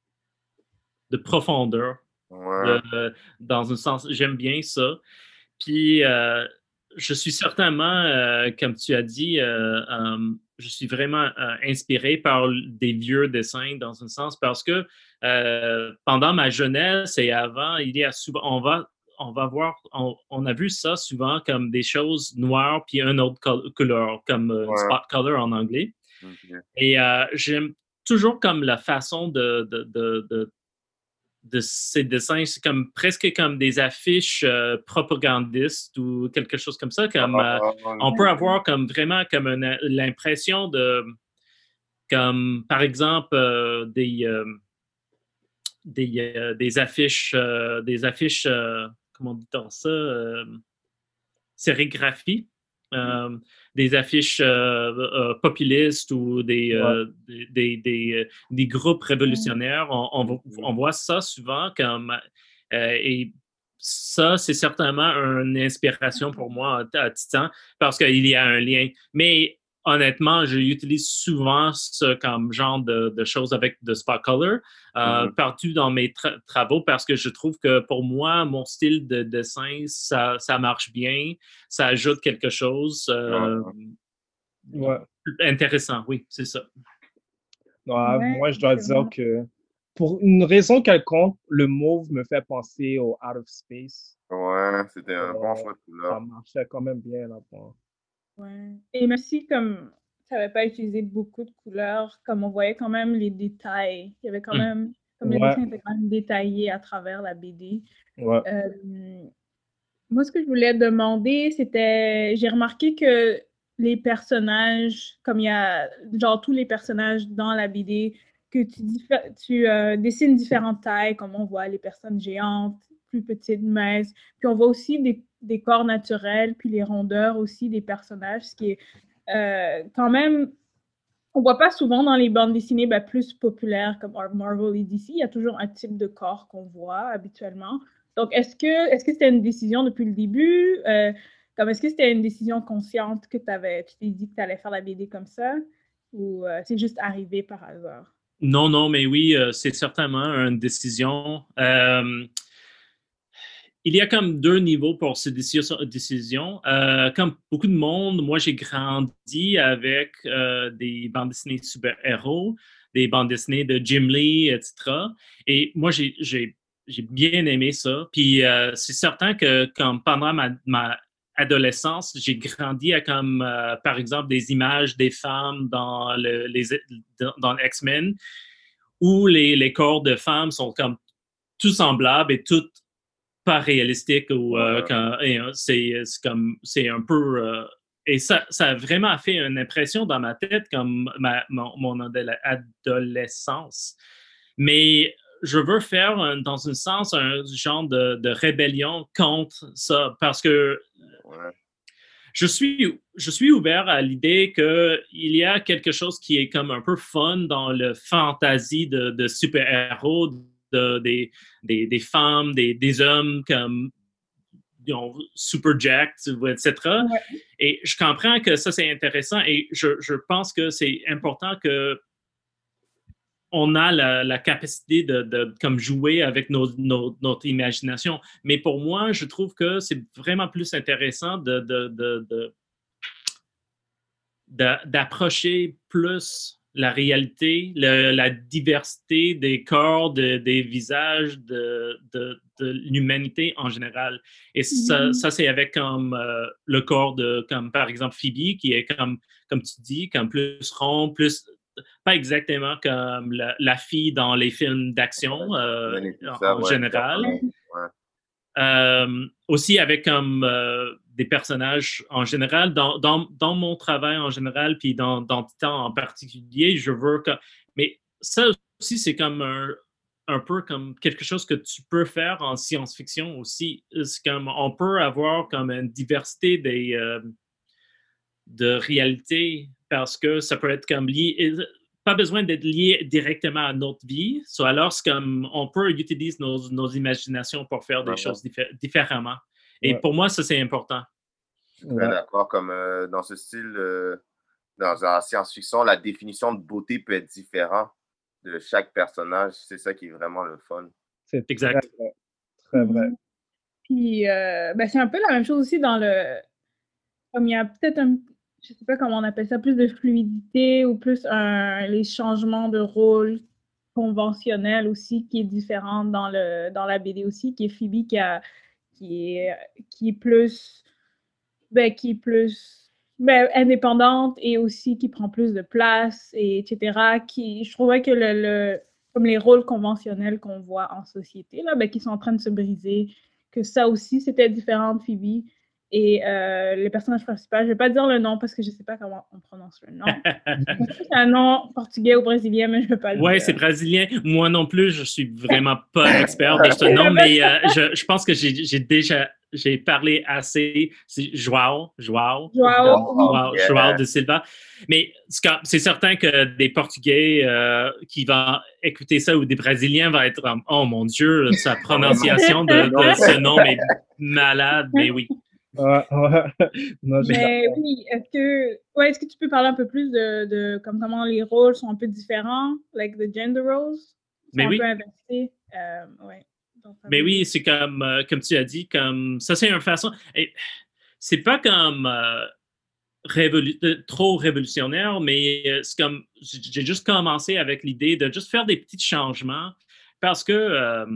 de profondeur. Ouais. De- dans un sens, j'aime bien ça. Puis, euh, je suis certainement, euh, comme tu as dit, euh, euh, je suis vraiment euh, inspiré par des vieux dessins dans un sens parce que euh, pendant ma jeunesse et avant, il y a souvent, on va, on va voir, on, on a vu ça souvent comme des choses noires puis une autre col- couleur, comme euh, Ouais. spot color en anglais. Ok. Et euh, j'aime toujours comme la façon de, de, de, de de ces dessins, c'est comme presque comme des affiches euh, propagandistes ou quelque chose comme ça. Comme euh, Ah, on peut ok. avoir comme vraiment comme une- l'impression de, comme par exemple euh, des euh, des, euh, des affiches, euh, des affiches, euh, comment dit-on ça, euh, sérigraphie. Euh, des affiches euh, euh, populistes ou des, ouais. euh, des, des, des, euh, des groupes révolutionnaires. On, on, vo- Mhm. on voit ça souvent comme. euh, et ça, c'est certainement une inspiration pour moi à, à Titan parce qu'il y a un lien. Mais honnêtement, j'utilise souvent ce comme genre de, de choses avec de spot color euh, Mhm. partout dans mes tra- travaux parce que je trouve que pour moi, mon style de dessin, ça, ça marche bien, ça ajoute quelque chose euh, Ouais. Ouais. intéressant, oui, c'est ça. Ouais, Ouais, moi, je dois c'est dire vraiment. que pour une raison quelconque, le mauve me fait penser au Out of Space. Ouais, c'était un bon Euh, choix de Ça couleur. marchait quand même bien là-dedans. Ouais. Et même si comme ça n'avait pas utilisé beaucoup de couleurs, comme on voyait quand même les détails, il y avait quand Mm. même, comme les Ouais, dessins étaient quand même détaillés à travers la B D. ouais. Euh, Moi, ce que je voulais demander, c'était, j'ai remarqué que les personnages, comme il y a, genre tous les personnages dans la B D, que tu, diffé- tu euh, dessines différentes tailles, comme on voit les personnes géantes, plus petites, minces, puis on voit aussi des, des corps naturels, puis les rondeurs aussi des personnages, ce qui est euh, quand même, on voit pas souvent dans les bandes dessinées ben, plus populaires comme Marvel et D C, il y a toujours un type de corps qu'on voit habituellement. Donc, est-ce que est-ce que c'était une décision depuis le début? Euh, comme est-ce que c'était une décision consciente que t'avais, tu t'es dit que tu allais faire la B D comme ça? Ou euh, c'est juste arrivé par hasard? Non, non, mais oui, euh, c'est certainement une décision. Euh, il y a comme deux niveaux pour ces décisions. Euh, comme beaucoup de monde, moi, j'ai grandi avec euh, des bandes dessinées super-héros, des bandes dessinées de Jim Lee, et cetera. Et moi, j'ai, j'ai, j'ai bien aimé ça. Puis euh, c'est certain que comme pendant ma, ma adolescence, j'ai grandi à comme, euh, par exemple, des images des femmes dans, le, les, dans, dans X-Men, où les, les corps de femmes sont comme tout semblables et tout pas réalistiques. Ou, euh, Ouais. quand, et, euh, c'est, c'est, comme, c'est un peu... Euh, et ça, ça a vraiment fait une impression dans ma tête, comme ma, mon, mon adolescence. Mais je veux faire, un, dans un sens, un genre de, de rébellion contre ça, parce que Ouais. je suis, je suis ouvert à l'idée qu'il y a quelque chose qui est comme un peu fun dans le fantasy de, de super-héros, de, des, des, des femmes, des, des hommes comme you know, super jacked, et cetera. Ouais. Et je comprends que ça, c'est intéressant et je, je pense que c'est important que on a la, la capacité de, de comme jouer avec nos, nos, notre imagination. Mais pour moi, je trouve que c'est vraiment plus intéressant de, de, de, de, de, d'approcher plus la réalité, le, la diversité des corps, de, des visages, de, de, de l'humanité en général. Et ça, Mhm. ça c'est avec comme euh, le corps de, comme par exemple Phoebe, qui est comme, comme tu dis, comme plus rond, plus pas exactement comme la, la fille dans les films d'action euh, en, ça, en ouais, général. ouais. Euh, aussi avec comme euh, des personnages en général, dans, dans, dans mon travail en général, puis dans, dans Titan en particulier, je veux que... Mais ça aussi, c'est comme un, un peu comme quelque chose que tu peux faire en science-fiction aussi. C'est comme, on peut avoir comme une diversité des, euh, de réalités parce que ça peut être comme lié... Pas besoin d'être lié directement à notre vie. So, alors, c'est comme on peut utiliser nos, nos imaginations pour faire des Ouais. choses diffé- différemment. Et Ouais. pour moi, ça, c'est important. Je suis très Ouais. d'accord. Comme euh, dans ce style, euh, dans la science-fiction, la définition de beauté peut être différente de chaque personnage. C'est ça qui est vraiment le fun. C'est Exact. très vrai. Très vrai. Mhm. Puis, euh, ben, c'est un peu la même chose aussi dans le... Comme il y a peut-être un... Je sais pas comment on appelle ça, plus de fluidité ou plus un... les changements de rôle conventionnels aussi qui est différent dans, le... dans la B D aussi, qui est Phoebe qui, a... qui, est... qui est plus... Ben, qui est plus ben, indépendante et aussi qui prend plus de place, et etc. Qui... Je trouvais que le... le... comme les rôles conventionnels qu'on voit en société, là, ben, qui sont en train de se briser, que ça aussi, c'était différent de Phoebe. Et euh, le personnage principal, je ne vais pas dire le nom parce que je ne sais pas comment on prononce le nom. C'est un nom portugais ou brésilien, mais je ne vais pas le Ouais, dire. c'est brésilien. Moi non plus, je suis vraiment pas expert de ce nom, mais euh, je, je pense que j'ai, j'ai déjà j'ai parlé assez. C'est Joao, Joao, Joao, oui. Joao, Joao de Silva. Mais c'est, c'est certain que des Portugais euh, qui vont écouter ça ou des Brésiliens vont être comme, oh mon Dieu, sa prononciation de, de ce nom est malade, mais oui. Ouais, ouais. Non, je suis Mais d'accord. oui, est-ce que, ouais, est-ce que tu peux parler un peu plus de, de comme comment les rôles sont un peu différents, like the gender roles sont Mais un oui. peu inversés? Euh, ouais. Donc, Mais oui, c'est comme, euh, comme tu as dit, comme ça, c'est une façon. Et c'est pas comme euh, révolu- trop révolutionnaire, mais euh, c'est comme j'ai juste commencé avec l'idée de juste faire des petits changements parce que, euh,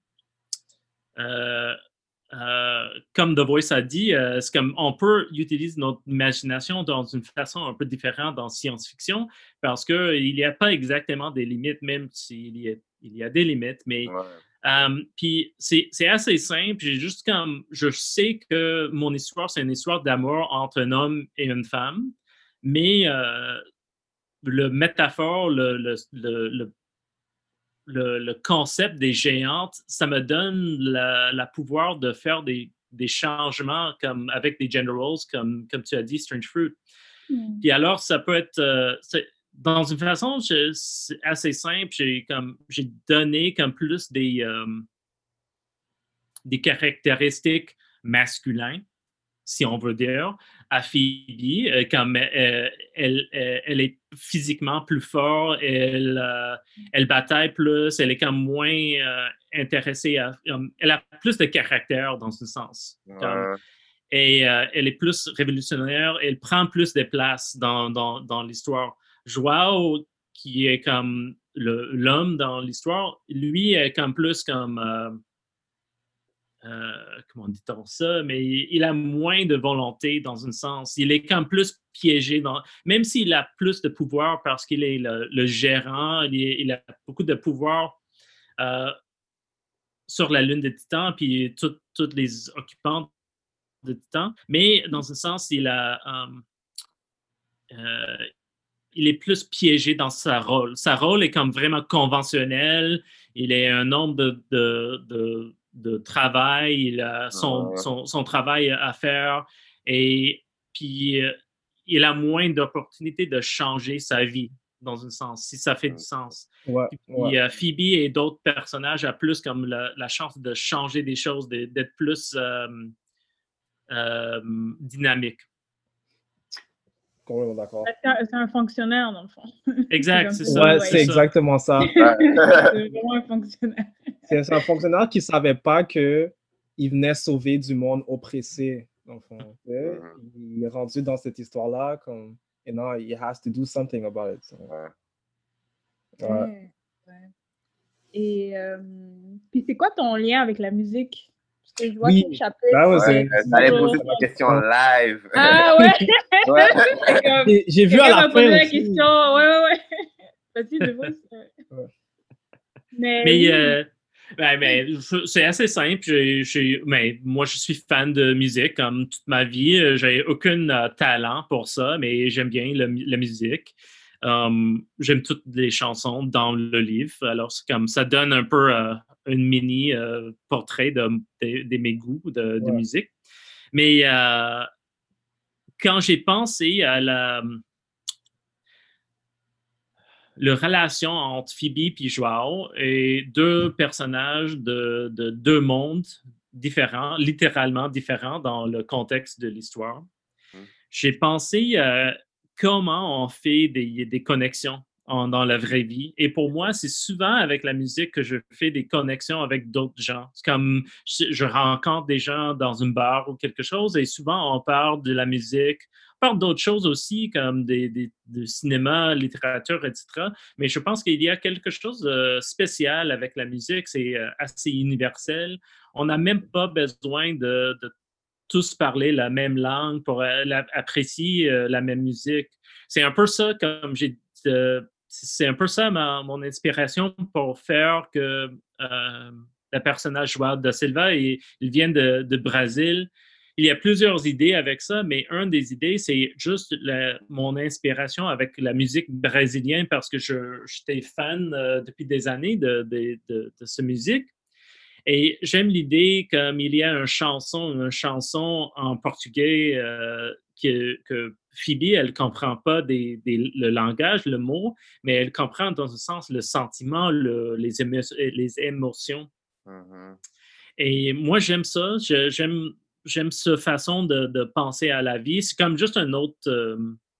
euh, euh, comme The Voice a dit, euh, c'est comme on peut utiliser notre imagination dans une façon un peu différente dans science-fiction parce qu'il n'y a pas exactement des limites, même s'il y a, il y a des limites, mais. Ouais. Um, puis c'est, c'est assez simple. J'ai juste comme je sais que mon histoire, c'est une histoire d'amour entre un homme et une femme, mais euh, le métaphore, le, le, le, le, le, le concept des géantes, ça me donne la, la pouvoir de faire des, des changements comme avec des gender roles, comme, comme tu as dit, Strange Fruit. Mm. Puis alors, ça peut être. Euh, dans une façon, je, c'est assez simple. J'ai, comme, j'ai donné comme plus des, euh, des caractéristiques masculines, si on veut dire, à Phoebe. Euh, comme euh, elle, elle, elle est physiquement plus forte, elle, euh, elle bataille plus, elle est comme moins euh, intéressée à. Um, elle a plus de caractère dans ce sens. Ouais. Comme, et euh, elle est plus révolutionnaire, elle prend plus de place dans, dans, dans l'histoire. Joao, qui est comme le, l'homme dans l'histoire, lui est comme plus comme... Euh, euh, comment dit-on ça? Mais il, il a moins de volonté dans un sens. Il est comme plus piégé, dans, même s'il a plus de pouvoir parce qu'il est le, le gérant, il, est, il a beaucoup de pouvoir euh, sur la lune des Titans, puis toutes les occupants de Titans. Mais dans un sens, il a... Um, euh, il est plus piégé dans sa rôle. Sa rôle est comme vraiment conventionnel. Il est un homme de, de, de, de travail. Il a son, son, son travail à faire. Et puis, euh, il a moins d'opportunités de changer sa vie, dans un sens, si ça fait du sens. Ouais, puis, ouais. euh, Phoebe et d'autres personnages ont plus comme la, la chance de changer des choses, de, d'être plus euh, euh, dynamique. Complètement d'accord. C'est un, c'est un fonctionnaire, dans le fond. Exact, c'est, c'est ça. Ouais, c'est c'est ça. exactement ça. C'est vraiment un fonctionnaire. C'est, c'est un fonctionnaire qui ne savait pas qu'il venait sauver du monde oppressé, dans le fond. Mm-hmm. Il est rendu dans cette histoire-là comme, you know, he has to do something about it. So. Ouais. Ouais. Ouais, ouais. Et euh, puis c'est quoi ton lien avec la musique? Parce que je vois Oui, que le chapitre... that was Ouais, it. j'allais poser cette question live. Ah ouais! Ouais. C'est comme- J'ai, j'ai vu à quelqu'un la m'a posé fin la aussi. question. Ouais, ouais, ouais. Vas-y, de vous. Ouais. Mais, Mais, oui. euh, ben, ben, je- c'est assez simple. J'ai, j'ai- mais moi, je suis fan de musique comme toute ma vie. Euh, J'ai aucun euh, talent pour ça, mais j'aime bien le- la musique. Um, j'aime toutes les chansons dans le livre. Alors, c'est comme ça donne un peu euh, une mini euh, portrait de, de, de mes goûts de, de Ouais. musique. Mais euh, quand j'ai pensé à la, la relation entre Phoebe et Joao et deux personnages de, de deux mondes différents, littéralement différents dans le contexte de l'histoire, Mm. j'ai pensé euh, comment on fait des, des connexions en, dans la vraie vie. Et pour moi, c'est souvent avec la musique que je fais des connexions avec d'autres gens. C'est comme je, je rencontre des gens dans une bar ou quelque chose et souvent on parle de la musique. On parle d'autres choses aussi, comme des, des, de cinéma, littérature, et cetera. Mais je pense qu'il y a quelque chose de spécial avec la musique. C'est euh, assez universel. On n'a même pas besoin de, de tous parler la même langue pour euh, la, apprécier euh, la même musique. C'est un peu ça, comme j'ai euh, c'est un peu ça ma, mon inspiration pour faire que euh, le personnage Joao da Silva, il, il vient de, de Brésil. Il y a plusieurs idées avec ça, mais une des idées, c'est juste la, mon inspiration avec la musique brésilienne parce que je, j'étais fan euh, depuis des années de, de, de, de cette musique. Et j'aime l'idée comme il y a une chanson, une chanson en portugais euh, que, que Phoebe, elle ne comprend pas des, des, le langage, le mot, mais elle comprend dans un sens le sentiment, le, les, émo les émotions. Mm-hmm. Et moi, j'aime ça. Je, j'aime, j'aime cette façon de, de penser à la vie. C'est comme juste un autre... Euh,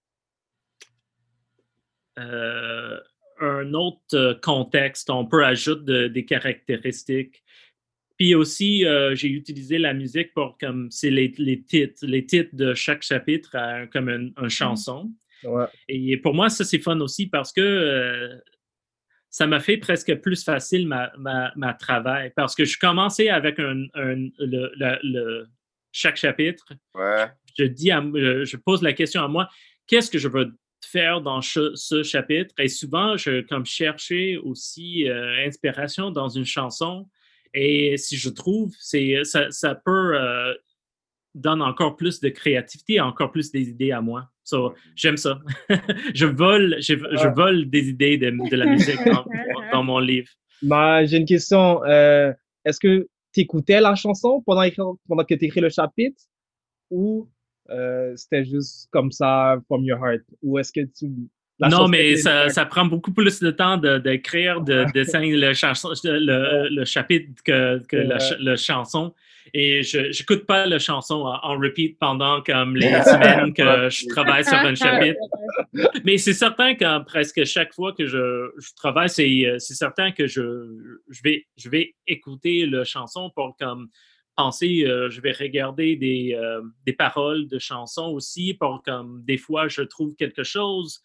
euh, un autre contexte. On peut ajouter de, des caractéristiques. Puis aussi, euh, j'ai utilisé la musique pour comme c'est les, les titres, les titres de chaque chapitre euh, comme une, une chanson. Ouais. Et pour moi, ça c'est fun aussi parce que euh, ça m'a fait presque plus facile ma, ma, ma travail parce que je commençais avec un, un, le, le, le, chaque chapitre. Ouais. Je dis, à, je, je pose la question à moi, qu'est-ce que je veux faire dans ce, ce chapitre? Et souvent, je comme cherchais aussi euh, inspiration dans une chanson. Et si je trouve, c'est, ça, ça peut euh, donner encore plus de créativité, encore plus des idées à moi. So, j'aime ça. je, vole, je, je vole des idées de, de la musique dans, dans mon livre. Bah, j'ai une question. Euh, est-ce que tu écoutais la chanson pendant, pendant que tu écris le chapitre ou euh, c'était juste comme ça, from your heart? Ou est-ce que tu... La non, mais ça, ça prend beaucoup plus de temps d'écrire, de, de, de signer le, chanson, le, le chapitre que, que ouais. la, le chanson. Et je n'écoute pas la chanson en, en repeat pendant comme les semaines que je travaille sur un chapitre. Mais c'est certain que presque chaque fois que je, je travaille, c'est certain que je, je, vais, je vais écouter la chanson pour comme penser, euh, je vais regarder des, euh, des paroles de chansons aussi pour comme des fois je trouve quelque chose.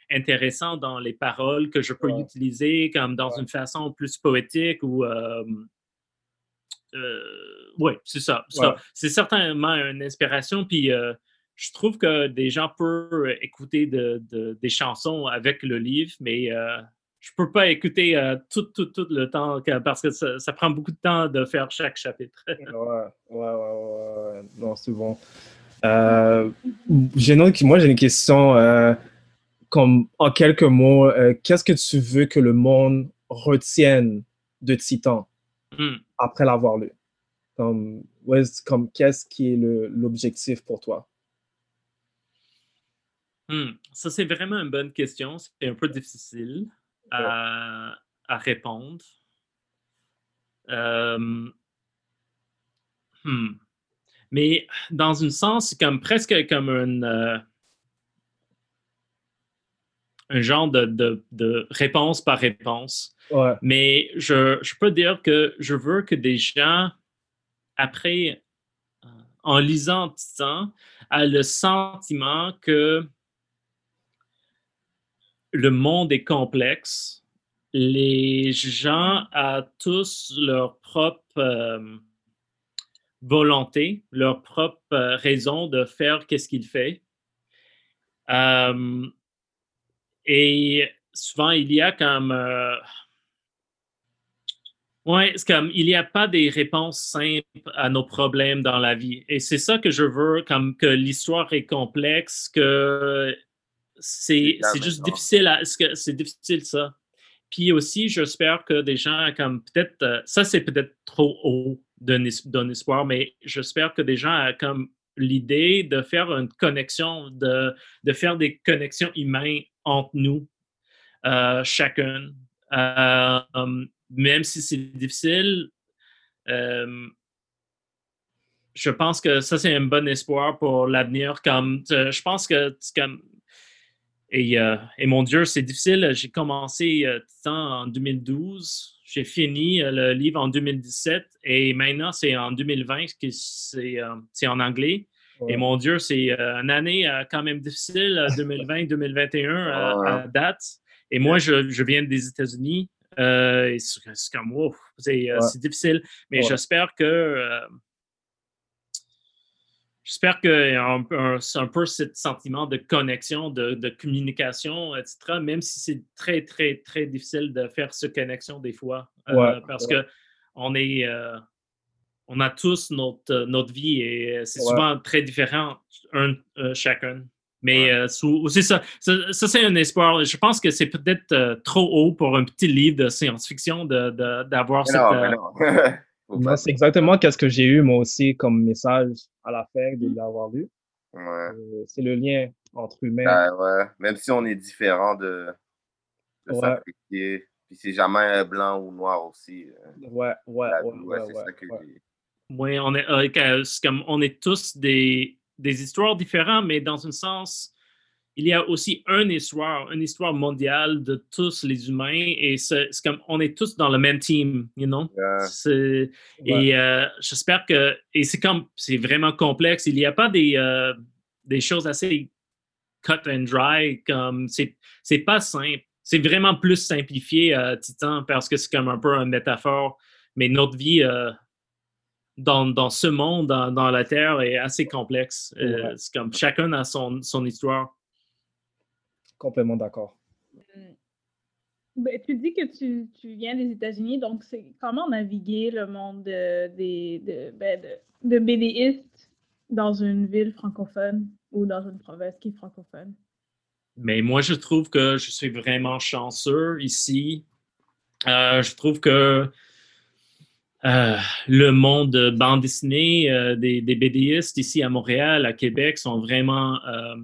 intéressant dans les paroles que je peux Ouais. utiliser comme dans Ouais. une façon plus poétique ou euh, euh, oui, c'est ça. ça. Ouais. C'est certainement une inspiration. Puis euh, je trouve que des gens peuvent écouter de, de- des chansons avec le livre, mais euh, je peux pas écouter euh, tout, tout, tout le temps que- parce que ça, ça prend beaucoup de temps de faire chaque chapitre. Ouais, ouais, ouais, ouais, ouais. Non, c'est bon. Euh, j'ai une autre- moi, j'ai une question. euh, comme en quelques mots, euh, qu'est-ce que tu veux que le monde retienne de Titan Hmm. après l'avoir lu? Comme, ouais, c'est comme qu'est-ce qui est le- l'objectif pour toi? Hmm. Ça, c'est vraiment une bonne question. C'est un peu difficile à, à répondre. Euh, hmm. Mais dans un sens, c'est comme presque comme une, euh, un genre de, de, de réponse par réponse. Ouais, Mais je, je peux dire que je veux que des gens, après, euh, en lisant Titan, aient le sentiment que le monde est complexe. Les gens ont tous leur propre euh, volonté, leur propre euh, raison de faire qu'est-ce qu'ils font. Euh, et souvent, il y a comme... Euh, ouais, c'est comme il n'y a pas des réponses simples à nos problèmes dans la vie. Et c'est ça que je veux, comme que l'histoire est complexe, que c'est c'est juste difficile à, c'est c'est difficile ça. Puis aussi, j'espère que des gens comme peut-être, euh, ça c'est peut-être trop haut d'un es- d'un espoir, mais j'espère que des gens ont comme l'idée de faire une connexion, de, de faire des connexions humaines entre nous, euh, chacun. Euh, um, même si c'est difficile, euh, je pense que ça, c'est un bon espoir pour l'avenir. Comme, euh, je pense que, comme, et, euh, et mon Dieu, c'est difficile. J'ai commencé euh, Titan en deux mille douze. J'ai fini euh, le livre en deux mille dix-sept. Et maintenant, c'est en deux mille vingt, que c'est euh, c'est en anglais. Et ouais, mon Dieu, c'est euh, une année euh, quand même difficile, euh, deux mille vingt deux mille vingt et un à, à date. Et moi, je, je viens des États-Unis. Euh, et c'est c'est comme, wow, c'est euh, ouais, c'est difficile. Mais ouais, j'espère que euh, J'espère qu'il y a un, un, un peu ce sentiment de connexion, de, de communication, et cetera, même si c'est très, très, très difficile de faire cette connexion des fois, ouais, euh, parce ouais, que on est, euh, on a tous notre, notre vie et c'est ouais. souvent très différent, un, euh, chacun. Mais Ouais. euh, sous- c'est ça, ça, ça, c'est un espoir. Je pense que c'est peut-être euh, trop haut pour un petit livre de science-fiction de, de- d'avoir Mais cette... non, mais euh, non. Faut Moi, pas. c'est exactement qu'est-ce que j'ai eu moi aussi comme message à la fin de Mm. l'avoir lu. Ouais. Euh, c'est le lien entre humains. Ben, ouais. Même si on est différent de, de Ouais, s'apprécier. Puis c'est jamais euh, blanc ou noir aussi. euh, ouais, ouais, la ouais, vie, ouais, ouais, c'est ouais, ça que ouais. j'ai. Oui, on est, euh, que- c'est comme on est tous des, des histoires différentes, mais dans un sens, il y a aussi une histoire, une histoire mondiale de tous les humains, et c'est c'est comme on est tous dans le même team, you know? Ouais. C'est- Ouais. Et euh, j'espère que, et c'est comme, c'est vraiment complexe, il n'y a pas des, euh, des choses assez cut and dry, comme, c'est c'est pas simple. C'est vraiment plus simplifié, euh, Titan, parce que c'est comme un peu une métaphore, mais notre vie, euh, dans, dans ce monde, dans, dans la Terre, est assez complexe. Euh, Ouais. c'est comme chacun a son, son histoire. Complètement d'accord. Ben, tu dis que tu, tu viens des États-Unis, donc c'est comment naviguer le monde de, des- de, ben, de, de BDistes dans une ville francophone ou dans une province qui est francophone? Mais moi, je trouve que je suis vraiment chanceux ici. Euh, je trouve que euh, le monde de bande dessinée, euh, des, des BDistes ici à Montréal, à Québec, sont vraiment... euh,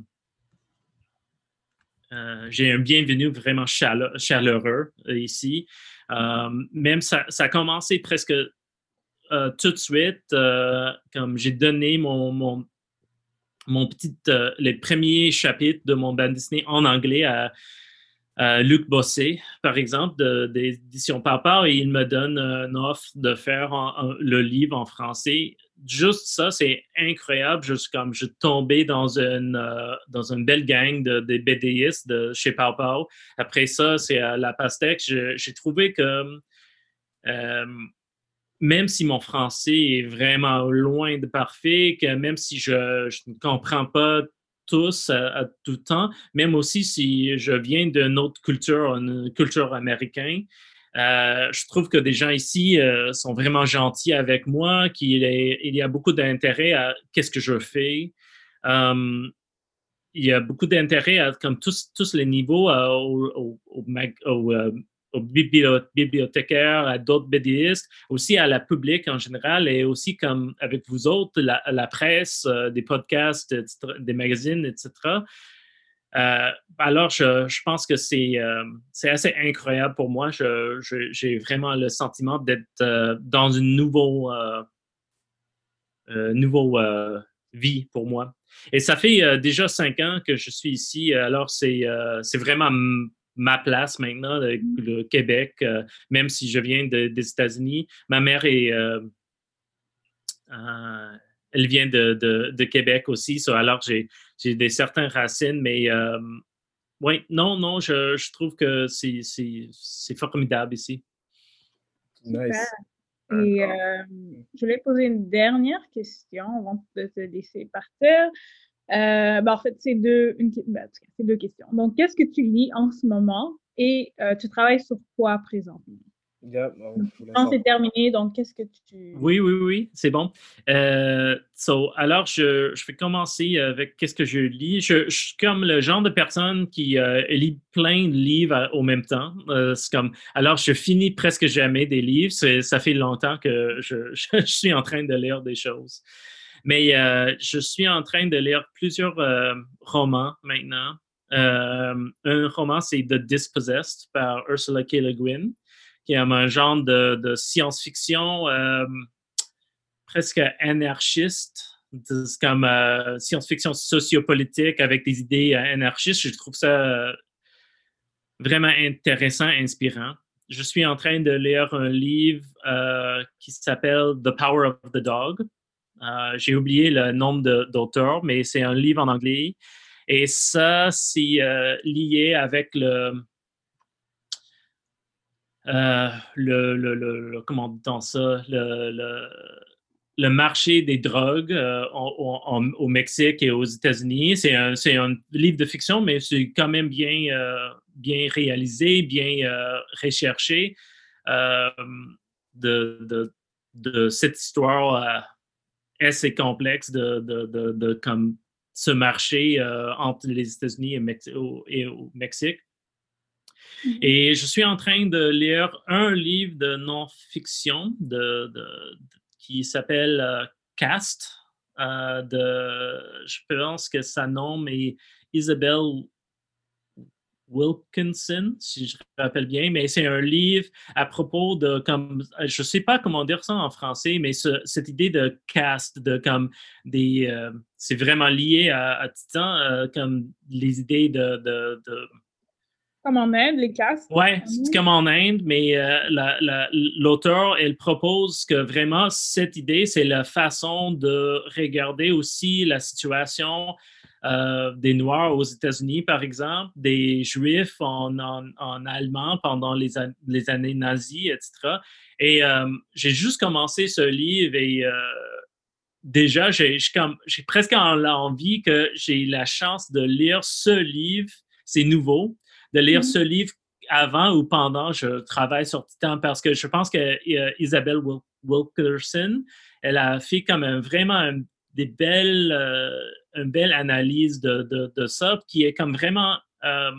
euh, j'ai un bienvenu vraiment chale- chaleureux euh, ici. Euh, même ça, ça a commencé presque euh, tout de suite, euh, comme j'ai donné mon, mon, mon petit, euh, les premiers chapitres de mon bande dessinée en anglais à, à Luc Bossé, par exemple, de, d'édition Papa, et il me donne une offre de faire en- en- le livre en français juste ça, c'est incroyable. Je suis comme, je suis tombé dans une, euh, dans une belle gang de, de BDistes de chez Pau Pau. Après ça, c'est à La Pastèque. Je- J'ai trouvé que euh, même si mon français est vraiment loin de parfait, que même si je, je ne comprends pas tous à, à tout temps, même aussi si je viens d'une autre culture, une culture américaine, euh, je trouve que des gens ici euh, sont vraiment gentils avec moi, qu'il est, il y a beaucoup d'intérêt à qu'est-ce que je fais. Um, il y a beaucoup d'intérêt à comme tous, tous les niveaux euh, au, au, au, mag, au, euh, aux biblio- bibliothécaires, à d'autres BDistes, aussi à la public en général et aussi comme avec vous autres, la, la presse, euh, des podcasts, et cetera, des magazines, et cetera. Euh, alors, je, je pense que c'est, euh, c'est assez incroyable pour moi. Je, je, j'ai vraiment le sentiment d'être euh, dans une nouvelle euh, euh, nouveau, euh, vie pour moi. Et ça fait euh, déjà cinq ans que je suis ici. Alors, c'est, euh, c'est vraiment m- ma place maintenant, le, le Québec, euh, même si je viens de- des États-Unis. Ma mère est... euh, euh, elle vient de, de, de Québec aussi. So, alors, j'ai, j'ai des certaines racines, mais euh, oui, non, non, je, je trouve que c'est, c'est, c'est formidable ici. Super. Nice. Et euh, je voulais poser une dernière question avant de te laisser partir. Euh, ben, en fait, c'est deux, une, ben, en tout cas, c'est deux questions. Donc, qu'est-ce que tu lis en ce moment et euh, tu travailles sur quoi présentement? Yeah, oh, Donc, je voulais quand c'est savoir. terminé, donc qu'est-ce que tu... Oui, oui, oui, c'est bon. Euh, so, alors, je, je vais commencer avec qu'est-ce que je lis. Je, je suis comme le genre de personne qui euh, lit plein de livres à- au même temps. Euh, c'est comme, alors, je finis presque jamais des livres. C'est- ça fait longtemps que je, je, je suis en train de lire des choses. Mais euh, je suis en train de lire plusieurs euh, romans maintenant. Euh, un roman, c'est The Dispossessed par Ursula K. Le Guin, qui est un genre de, de science-fiction euh, presque anarchiste. C'est comme euh, science-fiction sociopolitique avec des idées euh, anarchistes. Je trouve ça euh, vraiment intéressant, inspirant. Je suis en train de lire un livre euh, qui s'appelle The Power of the Dog. Euh, j'ai oublié le nom de, d'auteur, mais c'est un livre en anglais. Et ça, c'est euh, lié avec le, euh, le, le, le, le, comment dit-on ça, le, le, le marché des drogues euh, en, en, au Mexique et aux États-Unis. C'est un, c'est un livre de fiction, mais c'est quand même bien, euh, bien réalisé, bien euh, recherché euh, de, de, de cette histoire euh, assez complexe de, de, de, de comme ce marché euh, entre les États-Unis et, Mex- au, et au Mexique. Mm-hmm. Et je suis en train de lire un livre de non-fiction de, de, de, qui s'appelle euh, Cast. Euh, de, je pense que sa nom est Isabelle Wilkinson, si je me rappelle bien, mais c'est un livre à propos de, comme, je ne sais pas comment dire ça en français, mais ce, cette idée de caste, de comme des, euh, c'est vraiment lié à, à Titan, euh, comme les idées de, de, de Comme en Inde, les castes. Ouais, c'est comme en Inde, mais euh, la, la, l'auteur, elle propose que vraiment cette idée, c'est la façon de regarder aussi la situation euh, des Noirs aux États-Unis, par exemple, des Juifs en, en, en Allemagne pendant les, an- les années nazies, et cetera. Et euh, j'ai juste commencé ce livre et euh, déjà, j'ai, j'ai, comme, j'ai presque envie que j'ai la chance de lire ce livre, c'est nouveau, de lire mm-hmm. ce livre avant ou pendant je travaille sur Titan parce que je pense que euh, Isabelle Wil- Wilkerson, elle a fait comme un, vraiment un, des belles, euh, une belle analyse de, de, de ça qui est comme vraiment, euh,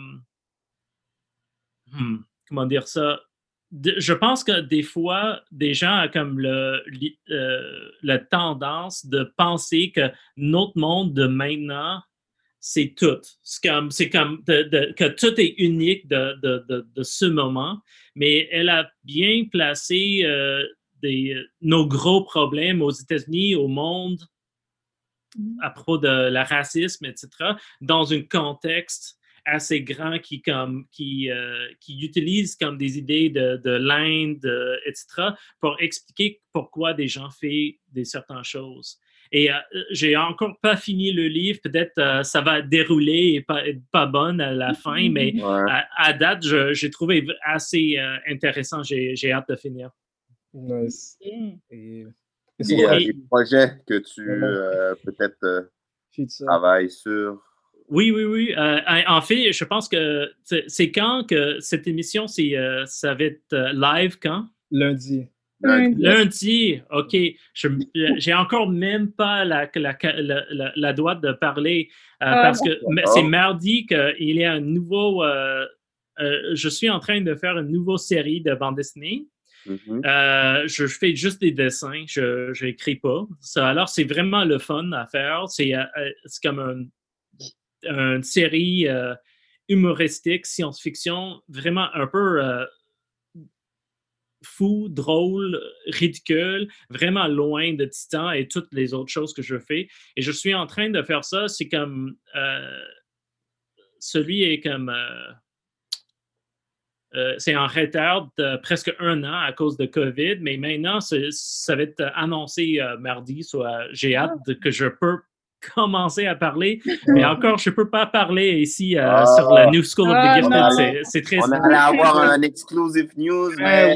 hmm, comment dire ça, de, je pense que des fois, des gens ont comme le, euh, la tendance de penser que notre monde de maintenant, c'est tout. C'est comme, c'est comme de, de, que tout est unique de, de, de, de ce moment. Mais elle a bien placé euh, des, nos gros problèmes aux États-Unis, au monde, à propos de la racisme, et cetera, dans un contexte assez grands qui, comme, qui, euh, qui utilisent comme des idées de, de l'Inde, euh, et cetera, pour expliquer pourquoi des gens font des certaines choses. Et euh, j'ai encore pas fini le livre. Peut-être euh, ça va dérouler et pas, être pas bonne à la fin, mais Ouais. à, à date, je, j'ai trouvé assez euh, intéressant. J'ai, j'ai hâte de finir. Nice. Mm. Et, Il y a Et- des projets que tu Vraiment. euh, peut-être euh, future. travailles sur. Oui, oui, oui. Euh, en fait, je pense que c'est, c'est quand que cette émission, c'est, euh, ça va être euh, live quand? Lundi. Lundi. Lundi, OK. Je, j'ai encore même pas la, la, la, la, la droite de parler euh, Ah, parce que m- d'accord. c'est mardi qu'il y a un nouveau... Euh, euh, je suis en train de faire une nouvelle série de bande dessinée. Mhm. Euh, je fais juste des dessins, je n'écris pas. Ça, alors, c'est vraiment le fun à faire. C'est, euh, c'est comme un, une série euh, humoristique, science-fiction, vraiment un peu... Euh, fou, drôle, ridicule, vraiment loin de Titan et toutes les autres choses que je fais. Et je suis en train de faire ça, c'est comme... Euh, celui est comme... Euh, euh, c'est en retard de presque un an à cause de COVID, mais maintenant, c'est, ça va être annoncé euh, mardi, soit j'ai hâte de, que je peux commencer à parler, mais encore, je ne peux pas parler ici euh, Ah. sur la New School of the Ah, Gifted. non. C'est, c'est très... On allait avoir un exclusive news, mais.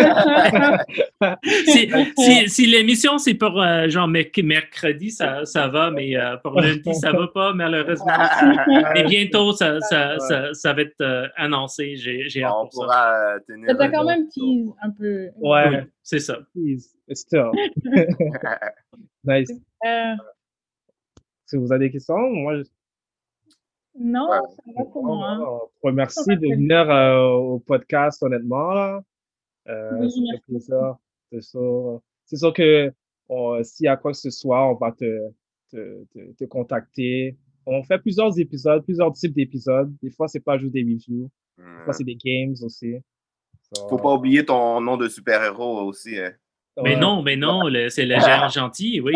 si, si, si l'émission, c'est pour euh, genre mec- mercredi, ça, ça va, mais euh, pour lundi, ça va pas, malheureusement. Mais bientôt, ça, ça, ça, ça va être euh, annoncé. J'ai, j'ai hâte On pour ça. pourra euh, tenir. Ça t'a un quand même autre tease un peu. Ouais. Oui, c'est ça. Please. It's still. Nice. Euh, Si vous avez des questions, moi, je non, Ouais. ça va pour moi. Oh, merci de venir euh, au podcast, honnêtement. Là. Euh, Oui, ça fait merci. plaisir. C'est sûr, c'est sûr que on- s'il y a quoi que ce soit, on va te, te, te, te contacter. On fait plusieurs épisodes, plusieurs types d'épisodes. Des fois, c'est pas juste des reviews. Des fois, c'est des games aussi. So, Faut pas oublier ton nom de super-héros aussi. Hein. Mais ouais. non, mais non, le- c'est le géant gentil, oui.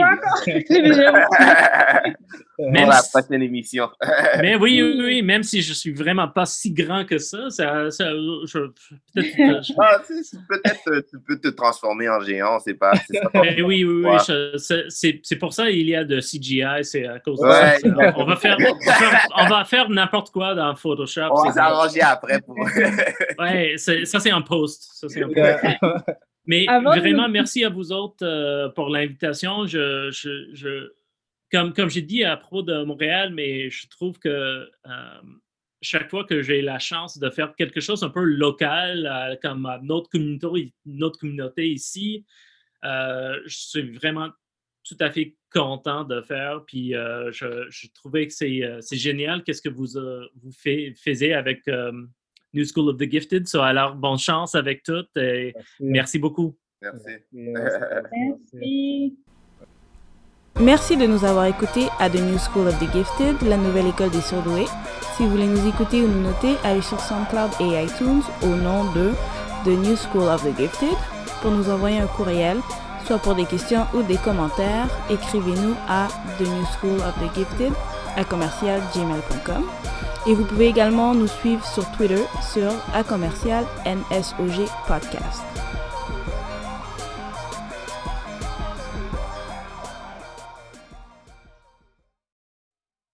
Pour Même la si- prochaine émission. Mais oui, oui, oui, même si je suis vraiment pas si grand que ça, ça, ça je, peut-être, je- Ah, tu sais, peut-être euh, tu peux te transformer en géant, c'est pas. C'est ça. mais oui, oui, oui, Ouais. je- c'est- c'est, c'est pour ça qu'il y a de C G I, c'est à cause de Ouais. ça. On va faire, on va faire, on va faire n'importe quoi dans Photoshop. On va c'est- s'arranger après pour. Ouais, c'est- ça c'est en post. Ça, c'est en post. Yeah. Mais Avant de vraiment, nous- merci à vous autres euh, pour l'invitation. Je, je, je, comme, comme j'ai dit à propos de Montréal, mais je trouve que euh, chaque fois que j'ai la chance de faire quelque chose un peu local, euh, comme à notre communauté, notre communauté ici, euh, je suis vraiment tout à fait content de faire. Puis euh, je, je trouvais que c'est, euh, c'est génial qu'est-ce que vous, euh, vous fait, faisiez avec euh, New School of the Gifted. So, alors, bonne chance avec tout et merci beaucoup. Merci. Merci. Merci de nous avoir écoutés à The New School of the Gifted, la nouvelle école des surdoués. Si vous voulez nous écouter ou nous noter, allez sur SoundCloud et iTunes au nom de The New School of the Gifted. Pour nous envoyer un courriel, soit pour des questions ou des commentaires, écrivez-nous à The New School of the Gifted à commercial gmail point com. Et vous pouvez également nous suivre sur Twitter sur à commercial N S O G Podcast.